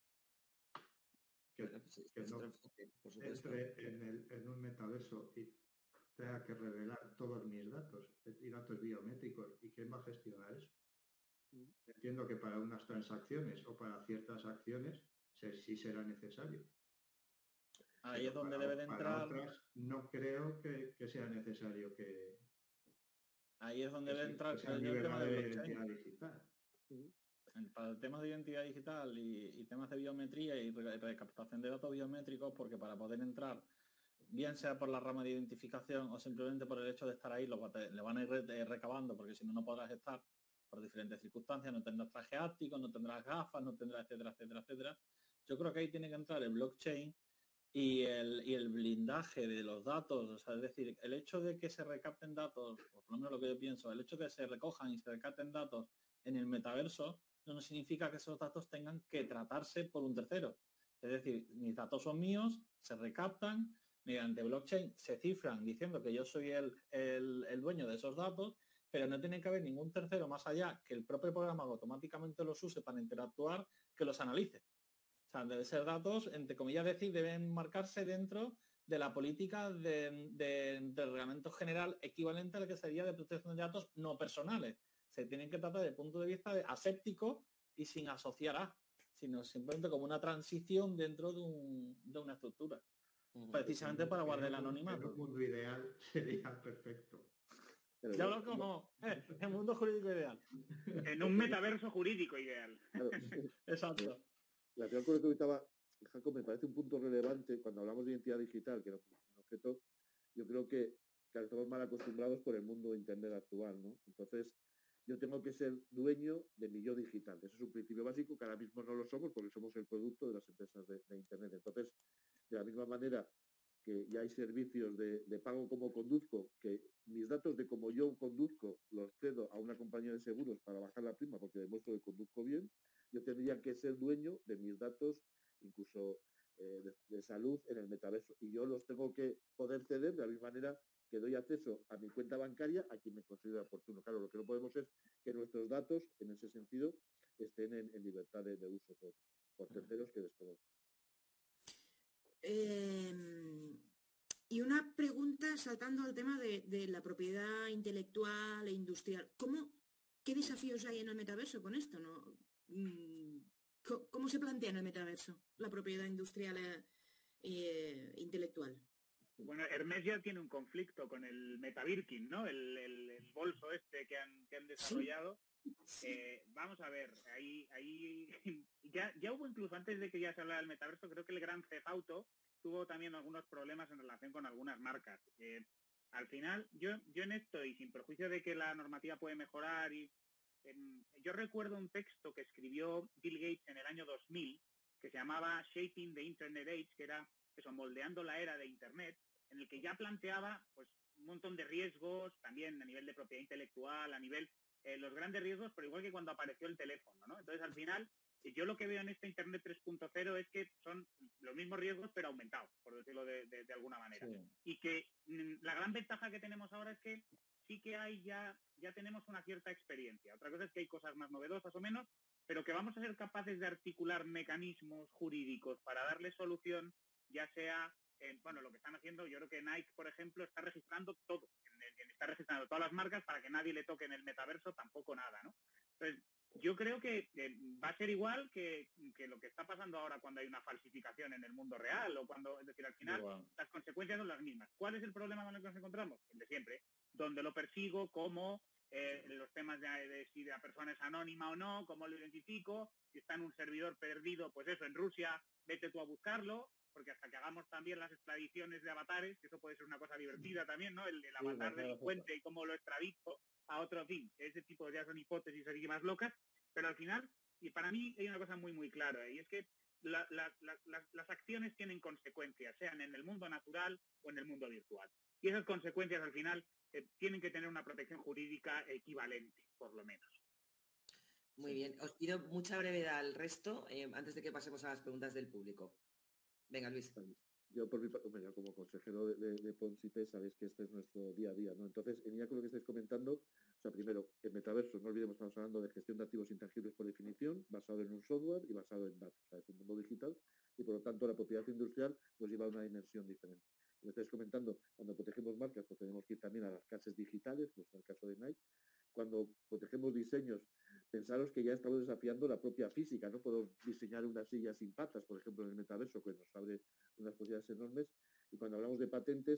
Que, Bueno, pues que no enfoque, por supuesto. entre en un metaverso y tenga que revelar todos mis datos y datos biométricos. ¿Y quién va a gestionar eso? Entiendo que para unas transacciones o para ciertas acciones sí será necesario. Ahí es donde debe de entrar. Para otras no creo que sea necesario que. Ahí es donde debe entrar el tema de la identidad digital. Para temas de identidad digital y temas de biometría y recaptación de datos biométricos, porque para poder entrar, bien sea por la rama de identificación o simplemente por el hecho de estar ahí, le van a ir recabando, porque si no, no podrás estar por diferentes circunstancias, no tendrás traje áptico, no tendrás gafas, no tendrás etcétera, etcétera, etcétera. Yo creo que ahí tiene que entrar el blockchain y el blindaje de los datos, o sea, es decir, el hecho de que se recapten datos, por lo menos lo que yo pienso, el hecho de que se recojan y se recapten datos en el metaverso no significa que esos datos tengan que tratarse por un tercero. Es decir, mis datos son míos, se recaptan, mediante blockchain se cifran diciendo que yo soy el dueño de esos datos, pero no tiene que haber ningún tercero más allá que el propio programa automáticamente los use para interactuar, que los analice. O sea, deben ser datos, entre comillas decir, deben marcarse dentro de la política de reglamento general equivalente a la que sería de protección de datos no personales. Se tienen que tratar desde el punto de vista de aséptico y sin asociar a, sino simplemente como una transición dentro de una estructura. Precisamente para guardar el anonimato. En un mundo ideal sería perfecto. Pero ya hablo como el mundo jurídico ideal. En un metaverso jurídico ideal. Claro. Exacto. La teoría con lo que comentaba Jacob me parece un punto relevante cuando hablamos de identidad digital, que era un objeto, yo creo que estamos mal acostumbrados por el mundo de Internet actual, ¿no? Entonces, yo tengo que ser dueño de mi yo digital. Eso es un principio básico que ahora mismo no lo somos porque somos el producto de las empresas de Internet. Entonces, de la misma manera que ya hay servicios de pago como conduzco, que mis datos de cómo yo conduzco los cedo a una compañía de seguros para bajar la prima porque demuestro que conduzco bien, yo tendría que ser dueño de mis datos, incluso de salud en el metaverso. Y yo los tengo que poder ceder de la misma manera que doy acceso a mi cuenta bancaria a quien me considere oportuno. Claro, lo que no podemos es que nuestros datos, en ese sentido, estén en libertad de uso por terceros que desconocen. Y una pregunta saltando al tema de la propiedad intelectual e industrial. ¿Qué desafíos hay en el metaverso con esto? ¿No? ¿Cómo se plantea en el metaverso la propiedad industrial e intelectual? Bueno, Hermes ya tiene un conflicto con el Meta-Birkin, ¿no? El bolso este que han desarrollado. Sí. Vamos a ver, ahí ya hubo incluso antes de que ya se hablara del metaverso, creo que el Grand Theft Auto tuvo también algunos problemas en relación con algunas marcas. Al final, yo en esto, y sin perjuicio de que la normativa puede mejorar, yo recuerdo un texto que escribió Bill Gates en el año 2000, que se llamaba Shaping the Internet Age, que era eso, moldeando la era de Internet, en el que ya planteaba pues un montón de riesgos, también a nivel de propiedad intelectual, a nivel los grandes riesgos, pero igual que cuando apareció el teléfono, ¿no? Entonces, al final, yo lo que veo en este Internet 3.0 es que son los mismos riesgos, pero aumentados, por decirlo de alguna manera. Sí. Y que la gran ventaja que tenemos ahora es que sí que ya tenemos una cierta experiencia. Otra cosa es que hay cosas más novedosas o menos, pero que vamos a ser capaces de articular mecanismos jurídicos para darle solución, ya sea bueno, lo que están haciendo, yo creo que Nike, por ejemplo, está registrando todo, está registrando todas las marcas para que nadie le toque en el metaverso tampoco nada, ¿no? Entonces, yo creo que va a ser igual que lo que está pasando ahora cuando hay una falsificación en el mundo real o cuando, es decir, al final las consecuencias son las mismas. ¿Cuál es el problema con el que nos encontramos? El de siempre. ¿Dónde lo persigo? ¿Cómo? Los temas de si la persona es anónima o no, cómo lo identifico, si está en un servidor perdido, pues eso, en Rusia, vete tú a buscarlo, porque hasta que hagamos también las extradiciones de avatares, que eso puede ser una cosa divertida también, ¿no? El avatar delincuente y cómo lo extradito a otro fin. Ese tipo ya son hipótesis así más locas, pero al final, y para mí hay una cosa muy, muy clara, y es que las acciones tienen consecuencias, sean en el mundo natural o en el mundo virtual. Y esas consecuencias al final tienen que tener una protección jurídica equivalente, por lo menos. Muy bien, os pido mucha brevedad al resto antes de que pasemos a las preguntas del público. Venga, Luis. Yo, por mi parte, como consejero de Ponsipes, sabéis que este es nuestro día a día, ¿no? Entonces, en línea con lo que estáis comentando, o sea, primero, el metaverso, no olvidemos, estamos hablando de gestión de activos intangibles por definición, basado en un software y basado en datos. O sea, es un mundo digital y, por lo tanto, la propiedad industrial pues lleva a una dimensión diferente. Como estáis comentando, cuando protegemos marcas, pues tenemos que ir también a las clases digitales, pues en el caso de Nike. Cuando protegemos diseños, pensaros que ya estamos desafiando la propia física, ¿no? Puedo diseñar una silla sin patas, por ejemplo, en el metaverso, que nos abre unas posibilidades enormes. Y cuando hablamos de patentes,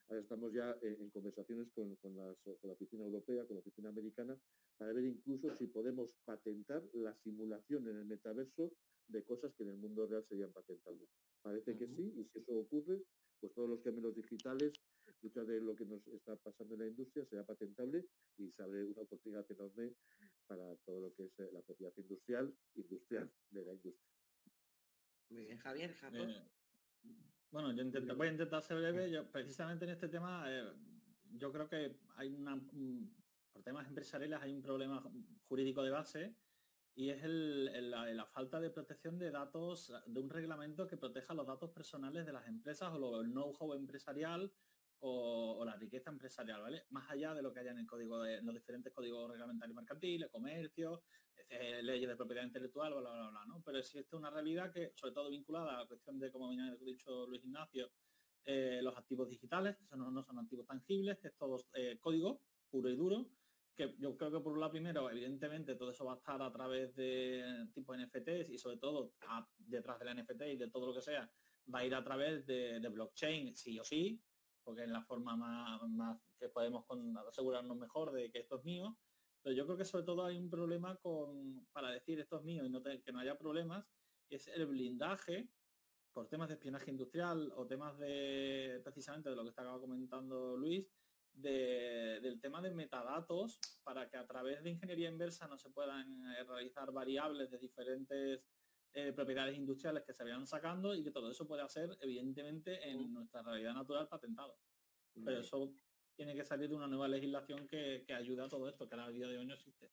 Ahora estamos ya en conversaciones con la oficina europea, con la oficina americana, para ver incluso si podemos patentar la simulación en el metaverso de cosas que en el mundo real serían patentables. Parece que sí, y si eso ocurre, pues todos los gemelos digitales, mucho de lo que nos está pasando en la industria será patentable y se abre una oportunidad enorme para todo lo que es la propiedad industrial de la industria. Muy bien, Javier, Jacob. Bueno, voy a intentar ser breve. Yo, precisamente en este tema, yo creo que hay por temas empresariales hay un problema jurídico de base y es la falta de protección de datos, de un reglamento que proteja los datos personales de las empresas o el know-how empresarial o la riqueza empresarial, ¿vale? Más allá de lo que haya en el código en los diferentes códigos reglamentarios mercantiles, comercio, leyes de propiedad intelectual, bla, bla, bla, ¿no? Pero existe una realidad que, sobre todo vinculada a la cuestión de, como ha dicho Luis Ignacio, los activos digitales, que no son activos tangibles, que es todo código puro y duro, que yo creo que por un lado primero, evidentemente, todo eso va a estar a través de tipo NFTs y sobre todo detrás de la NFT y de todo lo que sea, va a ir a través de blockchain, sí o sí, porque es la forma más que podemos asegurarnos mejor de que esto es mío. Pero yo creo que sobre todo hay un problema para decir esto es mío y que no haya problemas, es el blindaje por temas de espionaje industrial o temas de, precisamente de lo que estaba comentando Luis, del tema de metadatos, para que a través de ingeniería inversa no se puedan realizar variables de diferentes propiedades industriales que se vayan sacando y que todo eso pueda ser, evidentemente, en nuestra realidad natural patentado. Pero eso tiene que salir de una nueva legislación que ayude a todo esto, que a día de hoy no existe.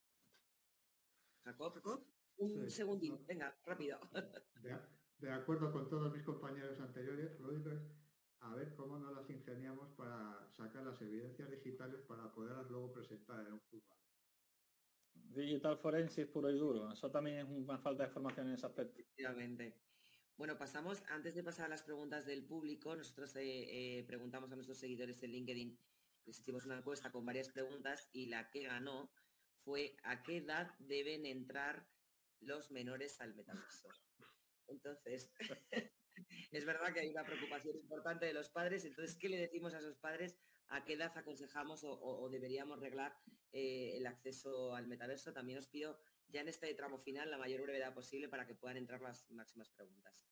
Jacob, un segundín, venga, rápido. De acuerdo con todos mis compañeros anteriores, lo digo es a ver cómo nos las ingeniamos para sacar las evidencias digitales para poderlas luego presentar en un juzgado. Digital forensics puro y duro. Eso también es una falta de formación en ese aspecto. Efectivamente. Bueno, antes de pasar a las preguntas del público, nosotros preguntamos a nuestros seguidores en LinkedIn, les hicimos una encuesta con varias preguntas y la que ganó fue ¿a qué edad deben entrar los menores al metaverso? Entonces, es verdad que hay una preocupación importante de los padres, entonces, ¿qué le decimos a esos padres? ¿A qué edad aconsejamos o deberíamos reglar el acceso al metaverso? También os pido ya en este tramo final la mayor brevedad posible para que puedan entrar las máximas preguntas.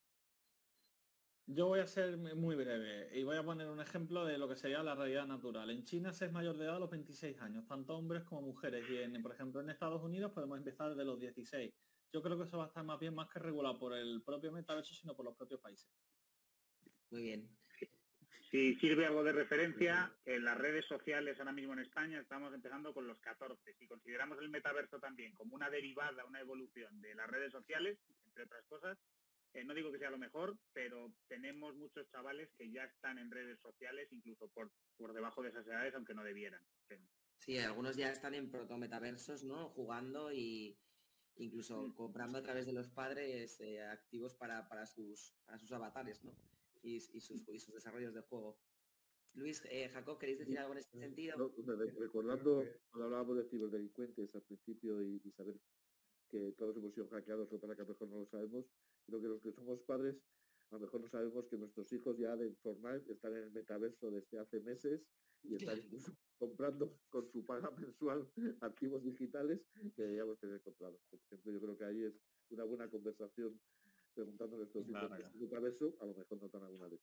Yo voy a ser muy breve y voy a poner un ejemplo de lo que sería la realidad natural. En China se es mayor de edad a los 26 años, tanto hombres como mujeres, y por ejemplo en Estados Unidos podemos empezar desde los 16. Yo creo que eso va a estar más que regulado por el propio metaverso, sino por los propios países. Muy bien. Si sirve algo de referencia, en las redes sociales ahora mismo en España estamos empezando con los 14. Si consideramos el metaverso también como una derivada, una evolución de las redes sociales, entre otras cosas, no digo que sea lo mejor, pero tenemos muchos chavales que ya están en redes sociales, incluso por debajo de esas edades, aunque no debieran. Sí, algunos ya están en protometaversos, ¿no? Jugando y incluso comprando a través de los padres activos para sus avatares, ¿no? Y sus desarrollos de juego. Luis, Jacob, ¿queréis decir algo en este sentido? No, recordando cuando hablábamos de ciberdelincuentes al principio y saber que todos hemos sido hackeados o para que a lo mejor no lo sabemos, creo que los que somos padres a lo mejor no sabemos que nuestros hijos ya de Fortnite están en el metaverso desde hace meses y están incluso comprando con su paga mensual activos digitales que deberíamos tener controlados. Por ejemplo, yo creo que ahí es una buena conversación preguntando a nuestros hijos qué es el metaverso, a lo mejor no tan alguna vez.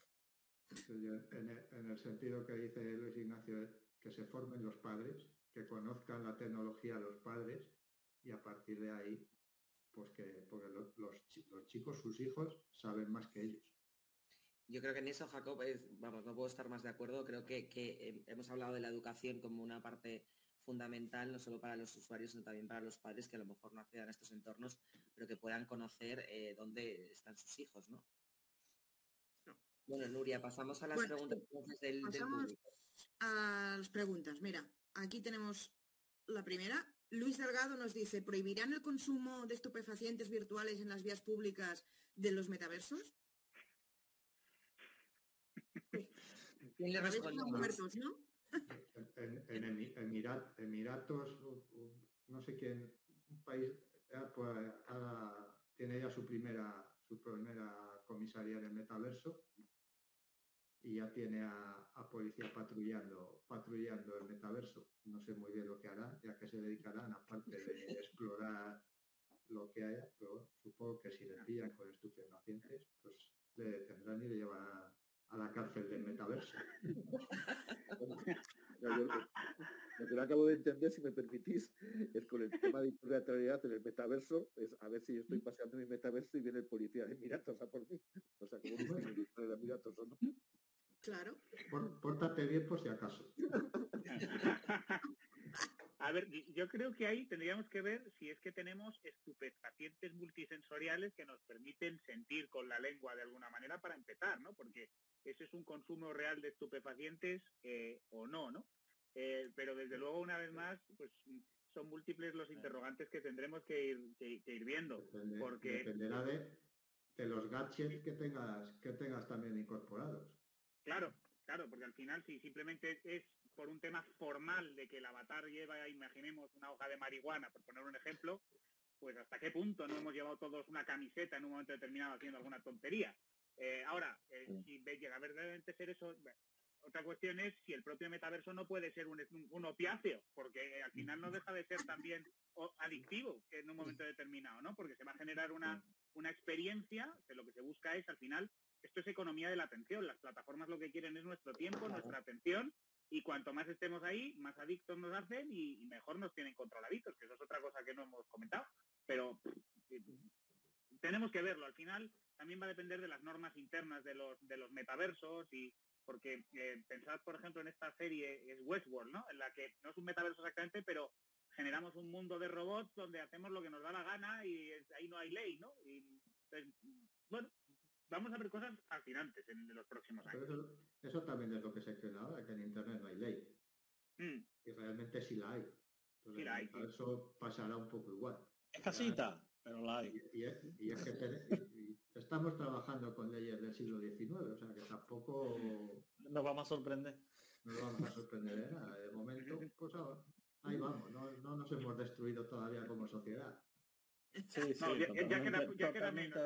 En el sentido que dice Luis Ignacio, es que se formen los padres, que conozcan la tecnología los padres y a partir de ahí, pues porque los chicos, sus hijos, saben más que ellos. Yo creo que en eso, Jacob, no puedo estar más de acuerdo. Creo que hemos hablado de la educación como una parte fundamental, no solo para los usuarios, sino también para los padres que a lo mejor no accedan a estos entornos, pero que puedan conocer dónde están sus hijos, ¿no? Bueno, Nuria, pasamos a las preguntas del público. A las preguntas. Mira, aquí tenemos la primera. Luis Delgado nos dice, ¿prohibirán el consumo de estupefacientes virtuales en las vías públicas de los metaversos? ¿Quién le responde? Muertos, ¿no? En Emiratos, no sé quién, un país pues, tiene ya su primera comisaría en el metaverso y ya tiene a policía patrullando el metaverso. No sé muy bien lo que hará, ya que se dedicarán, aparte de explorar lo que haya, pero bueno, supongo que si le pillan con estupefacientes, pues le detendrán y le llevarán a la cárcel del metaverso. Lo que no acabo de entender, si me permitís, es con el tema de realidad en el metaverso, es a ver si yo estoy paseando mi metaverso y viene el policía de Emiratos a por mí. O sea, como un de Emiratos o no. Claro. Pórtate bien por si acaso. A ver, yo creo que ahí tendríamos que ver si es que tenemos estupefacientes multisensoriales que nos permiten sentir con la lengua de alguna manera para empezar, ¿no? Porque ese es un consumo real de estupefacientes o no, ¿no? Pero desde luego, una vez más, pues son múltiples los interrogantes que tendremos que ir viendo. Dependerá de los gadgets que tengas también incorporados. Claro, porque al final si simplemente es por un tema formal de que el avatar lleva, imaginemos, una hoja de marihuana, por poner un ejemplo, pues hasta qué punto no hemos llevado todos una camiseta en un momento determinado haciendo alguna tontería. Si llega a verdaderamente ser eso, otra cuestión es si el propio metaverso no puede ser un opiáceo, porque al final no deja de ser también adictivo en un momento determinado, ¿no? Porque se va a generar una experiencia que lo que se busca es, al final, esto es economía de la atención. Las plataformas lo que quieren es nuestro tiempo, nuestra atención, y cuanto más estemos ahí, más adictos nos hacen y mejor nos tienen controladitos, que eso es otra cosa que no hemos comentado. Pero tenemos que verlo. Al final también va a depender de las normas internas de los metaversos, y porque pensad, por ejemplo, en esta serie, es Westworld, ¿no? En la que no es un metaverso exactamente, pero generamos un mundo de robots donde hacemos lo que nos da la gana y ahí no hay ley, ¿no? Y entonces, bueno, vamos a ver cosas fascinantes en los próximos años. Pero eso también es lo que se cree ahora, que en Internet no hay ley. Y realmente sí la hay. Entonces, sí la hay, eso pasará un poco igual. Es casita, pero la hay. Y es que estamos trabajando con leyes del siglo XIX, o sea que tampoco nos vamos a sorprender. No vamos a sorprender de nada. De momento, pues ahí vamos, no nos hemos destruido todavía como sociedad. Sí, no, ya queda menos.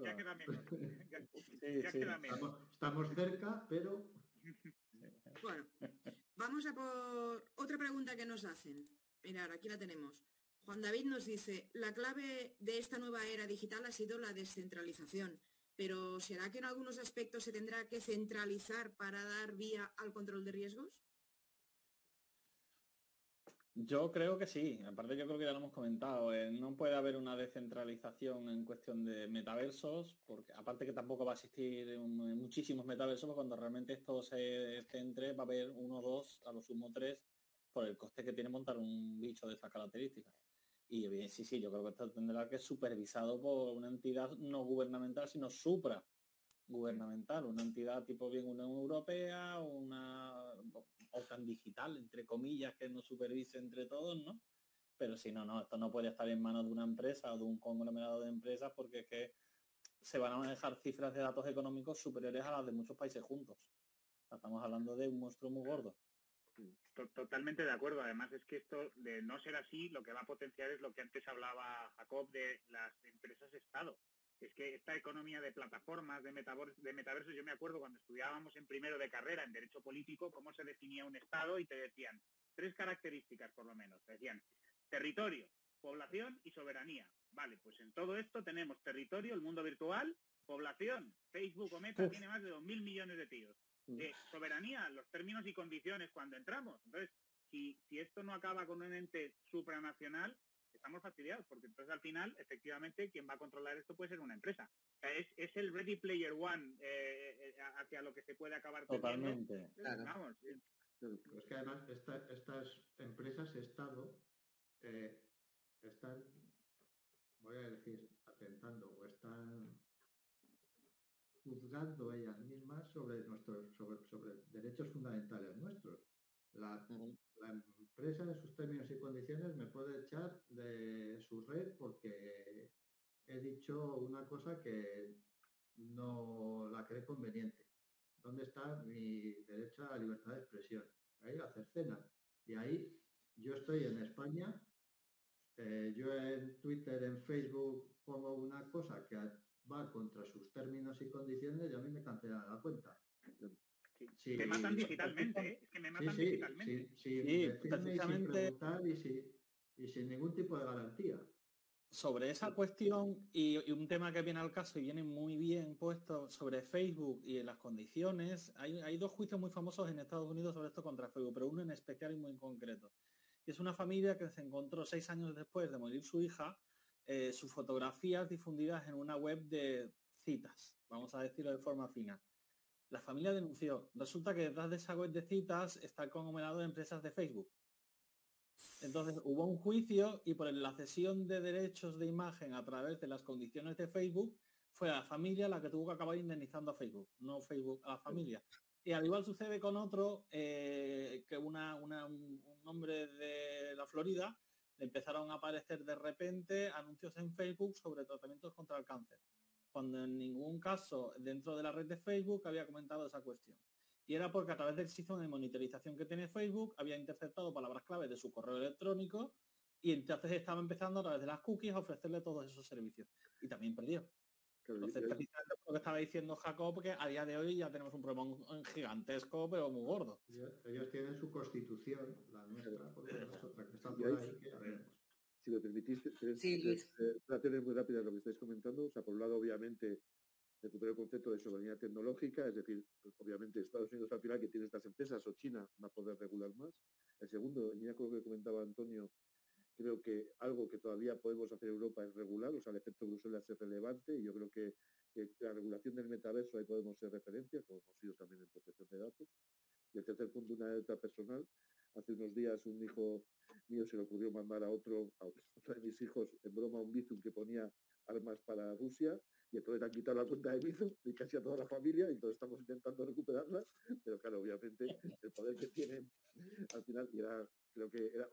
Estamos cerca, pero... Bueno, vamos a por otra pregunta que nos hacen. Mirad, aquí la tenemos. Juan David nos dice, la clave de esta nueva era digital ha sido la descentralización, pero ¿será que en algunos aspectos se tendrá que centralizar para dar vía al control de riesgos? Yo creo que sí, aparte yo creo que ya lo hemos comentado, no puede haber una descentralización en cuestión de metaversos, porque aparte que tampoco va a existir muchísimos metaversos, cuando realmente esto se centre va a haber 1 o 2, a lo sumo 3, por el coste que tiene montar un bicho de estas características. Y bien, sí, yo creo que esto tendrá que ser supervisado por una entidad no gubernamental, sino supragubernamental, una entidad tipo bien Unión Europea, o tan digital, entre comillas, que nos supervise entre todos, ¿no? Pero si no, esto no puede estar en manos de una empresa o de un conglomerado de empresas, porque es que se van a manejar cifras de datos económicos superiores a las de muchos países juntos. Estamos hablando de un monstruo muy gordo. Totalmente de acuerdo. Además es que esto, de no ser así, lo que va a potenciar es lo que antes hablaba Jacob de las empresas Estado. Es que esta economía de plataformas, de metaversos, yo me acuerdo cuando estudiábamos en primero de carrera en Derecho Político, cómo se definía un Estado, y te decían 3 características por lo menos. Te decían territorio, población y soberanía. Vale, pues en todo esto tenemos territorio, el mundo virtual, población, Facebook o Meta tiene más de 2.000 millones de tíos. Soberanía, los términos y condiciones cuando entramos. Entonces, si esto no acaba con un ente supranacional, estamos fastidiados, porque entonces al final, efectivamente, quien va a controlar esto puede ser una empresa. O sea, es el Ready Player One hacia lo que se puede acabar totalmente. Claro. Vamos. Es que además estas empresas Estado están, voy a decir, atentando o están juzgando ellas mismas sobre derechos fundamentales nuestros. La empresa, en sus términos y condiciones, me puede echar de su red porque he dicho una cosa que no la cree conveniente. ¿Dónde está mi derecho a la libertad de expresión? Ahí a cercena. Y ahí yo estoy en España, yo en Twitter, en Facebook pongo una cosa que va contra sus términos y condiciones y a mí me cancelan la cuenta. Sí, Te matan digitalmente, ¿eh? Es que me matan digitalmente. Sí, sin preguntar y sin ningún tipo de garantía. Sobre esa cuestión y un tema que viene al caso y viene muy bien puesto sobre Facebook y en las condiciones, hay dos juicios muy famosos en Estados Unidos sobre esto contra Facebook, pero uno en especial y muy en concreto. Y es una familia que se encontró 6 años después de morir su hija, sus fotografías difundidas en una web de citas, vamos a decirlo de forma fina. La familia denunció. Resulta que detrás de esa web de citas está el conglomerado de empresas de Facebook. Entonces hubo un juicio y por la cesión de derechos de imagen a través de las condiciones de Facebook fue la familia la que tuvo que acabar indemnizando a Facebook, no Facebook a la familia. Y al igual sucede con otro, que un hombre de la Florida le empezaron a aparecer de repente anuncios en Facebook sobre tratamientos contra el cáncer, cuando en ningún caso dentro de la red de Facebook había comentado esa cuestión. Y era porque a través del sistema de monitorización que tiene Facebook había interceptado palabras clave de su correo electrónico y entonces estaba empezando a través de las cookies a ofrecerle todos esos servicios. Y también perdió. Entonces, precisamente lo que estaba diciendo Jacob, que a día de hoy ya tenemos un problema gigantesco, pero muy gordo. Ellos tienen su constitución, la nuestra, porque es otra que está por ahí, que ya veremos. Si me permitís, tres relaciones muy rápidas lo que estáis comentando. O sea, por un lado, obviamente, recupero el concepto de soberanía tecnológica, es decir, obviamente Estados Unidos al final que tiene estas empresas o China va a poder regular más. El segundo, en línea con lo que comentaba Antonio, creo que algo que todavía podemos hacer en Europa es regular, o sea, el efecto Bruselas es relevante y yo creo que la regulación del metaverso ahí podemos ser referencia, como hemos sido también en protección de datos. Y el tercer punto, una alerta personal. Hace unos días un hijo mío se le ocurrió mandar a otro de mis hijos en broma un Bizum que ponía armas para Rusia y entonces le han quitado la cuenta de Bizum y casi a toda la familia y entonces estamos intentando recuperarla, pero claro, obviamente el poder que tienen al final creo que era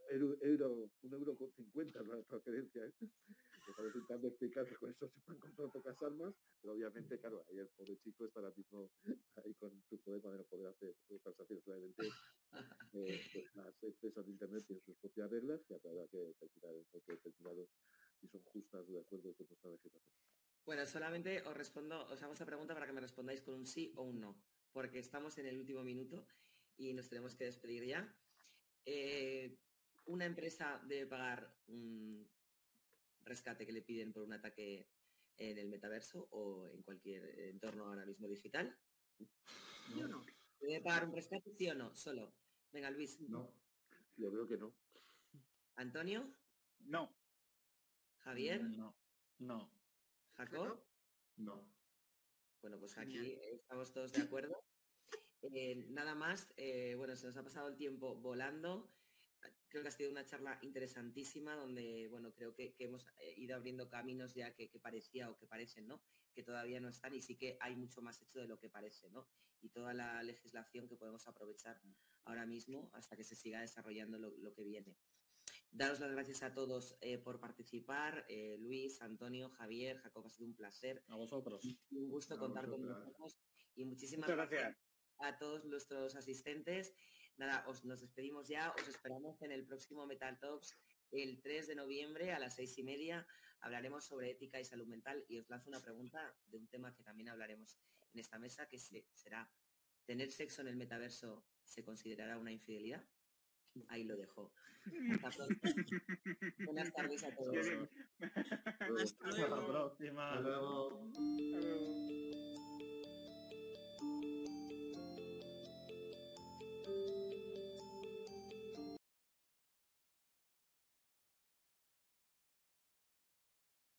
€1,50 la transferencia, ¿eh? Estamos intentando explicar que con eso se pueden comprar pocas armas, pero obviamente, claro, ahí el pobre chico está ahora mismo ahí con su problema de no poder hacer transacciones. Obviamente, pues las empresas de Internet tienen sus propias reglas que habrá que determinar si son justas de acuerdo con nuestra legislación. Bueno, solamente os hago esta pregunta para que me respondáis con un sí o un no, porque estamos en el último minuto y nos tenemos que despedir ya. ¿Una empresa debe pagar un rescate que le piden por un ataque en el metaverso o en cualquier entorno ahora mismo digital? Yo no. ¿Debe pagar un rescate, sí o no? Solo. Venga, Luis. No. Yo creo que no. ¿Antonio? No. ¿Javier? No. ¿Jacob? No. Bueno, pues aquí estamos todos de acuerdo. Nada más, bueno, se nos ha pasado el tiempo volando. Creo que ha sido una charla interesantísima donde, bueno, creo que hemos ido abriendo caminos ya que parecía o que parecen, ¿no? Que todavía no están y sí que hay mucho más hecho de lo que parece, ¿no? Y toda la legislación que podemos aprovechar ahora mismo hasta que se siga desarrollando lo que viene. Daros las gracias a todos por participar. Luis, Antonio, Javier, Jacob, ha sido un placer. A vosotros. Un gusto contar con vosotros. Y muchísimas gracias a todos nuestros asistentes. Nada, nos despedimos ya. Os esperamos en el próximo Metal Talks el 3 de noviembre a las 6:30. Hablaremos sobre ética y salud mental y os lanzo una pregunta de un tema que también hablaremos en esta mesa, que será: ¿tener sexo en el metaverso se considerará una infidelidad? Ahí lo dejo. Hasta pronto. Buenas tardes a todos. Hasta luego. Hasta la próxima. Hasta luego.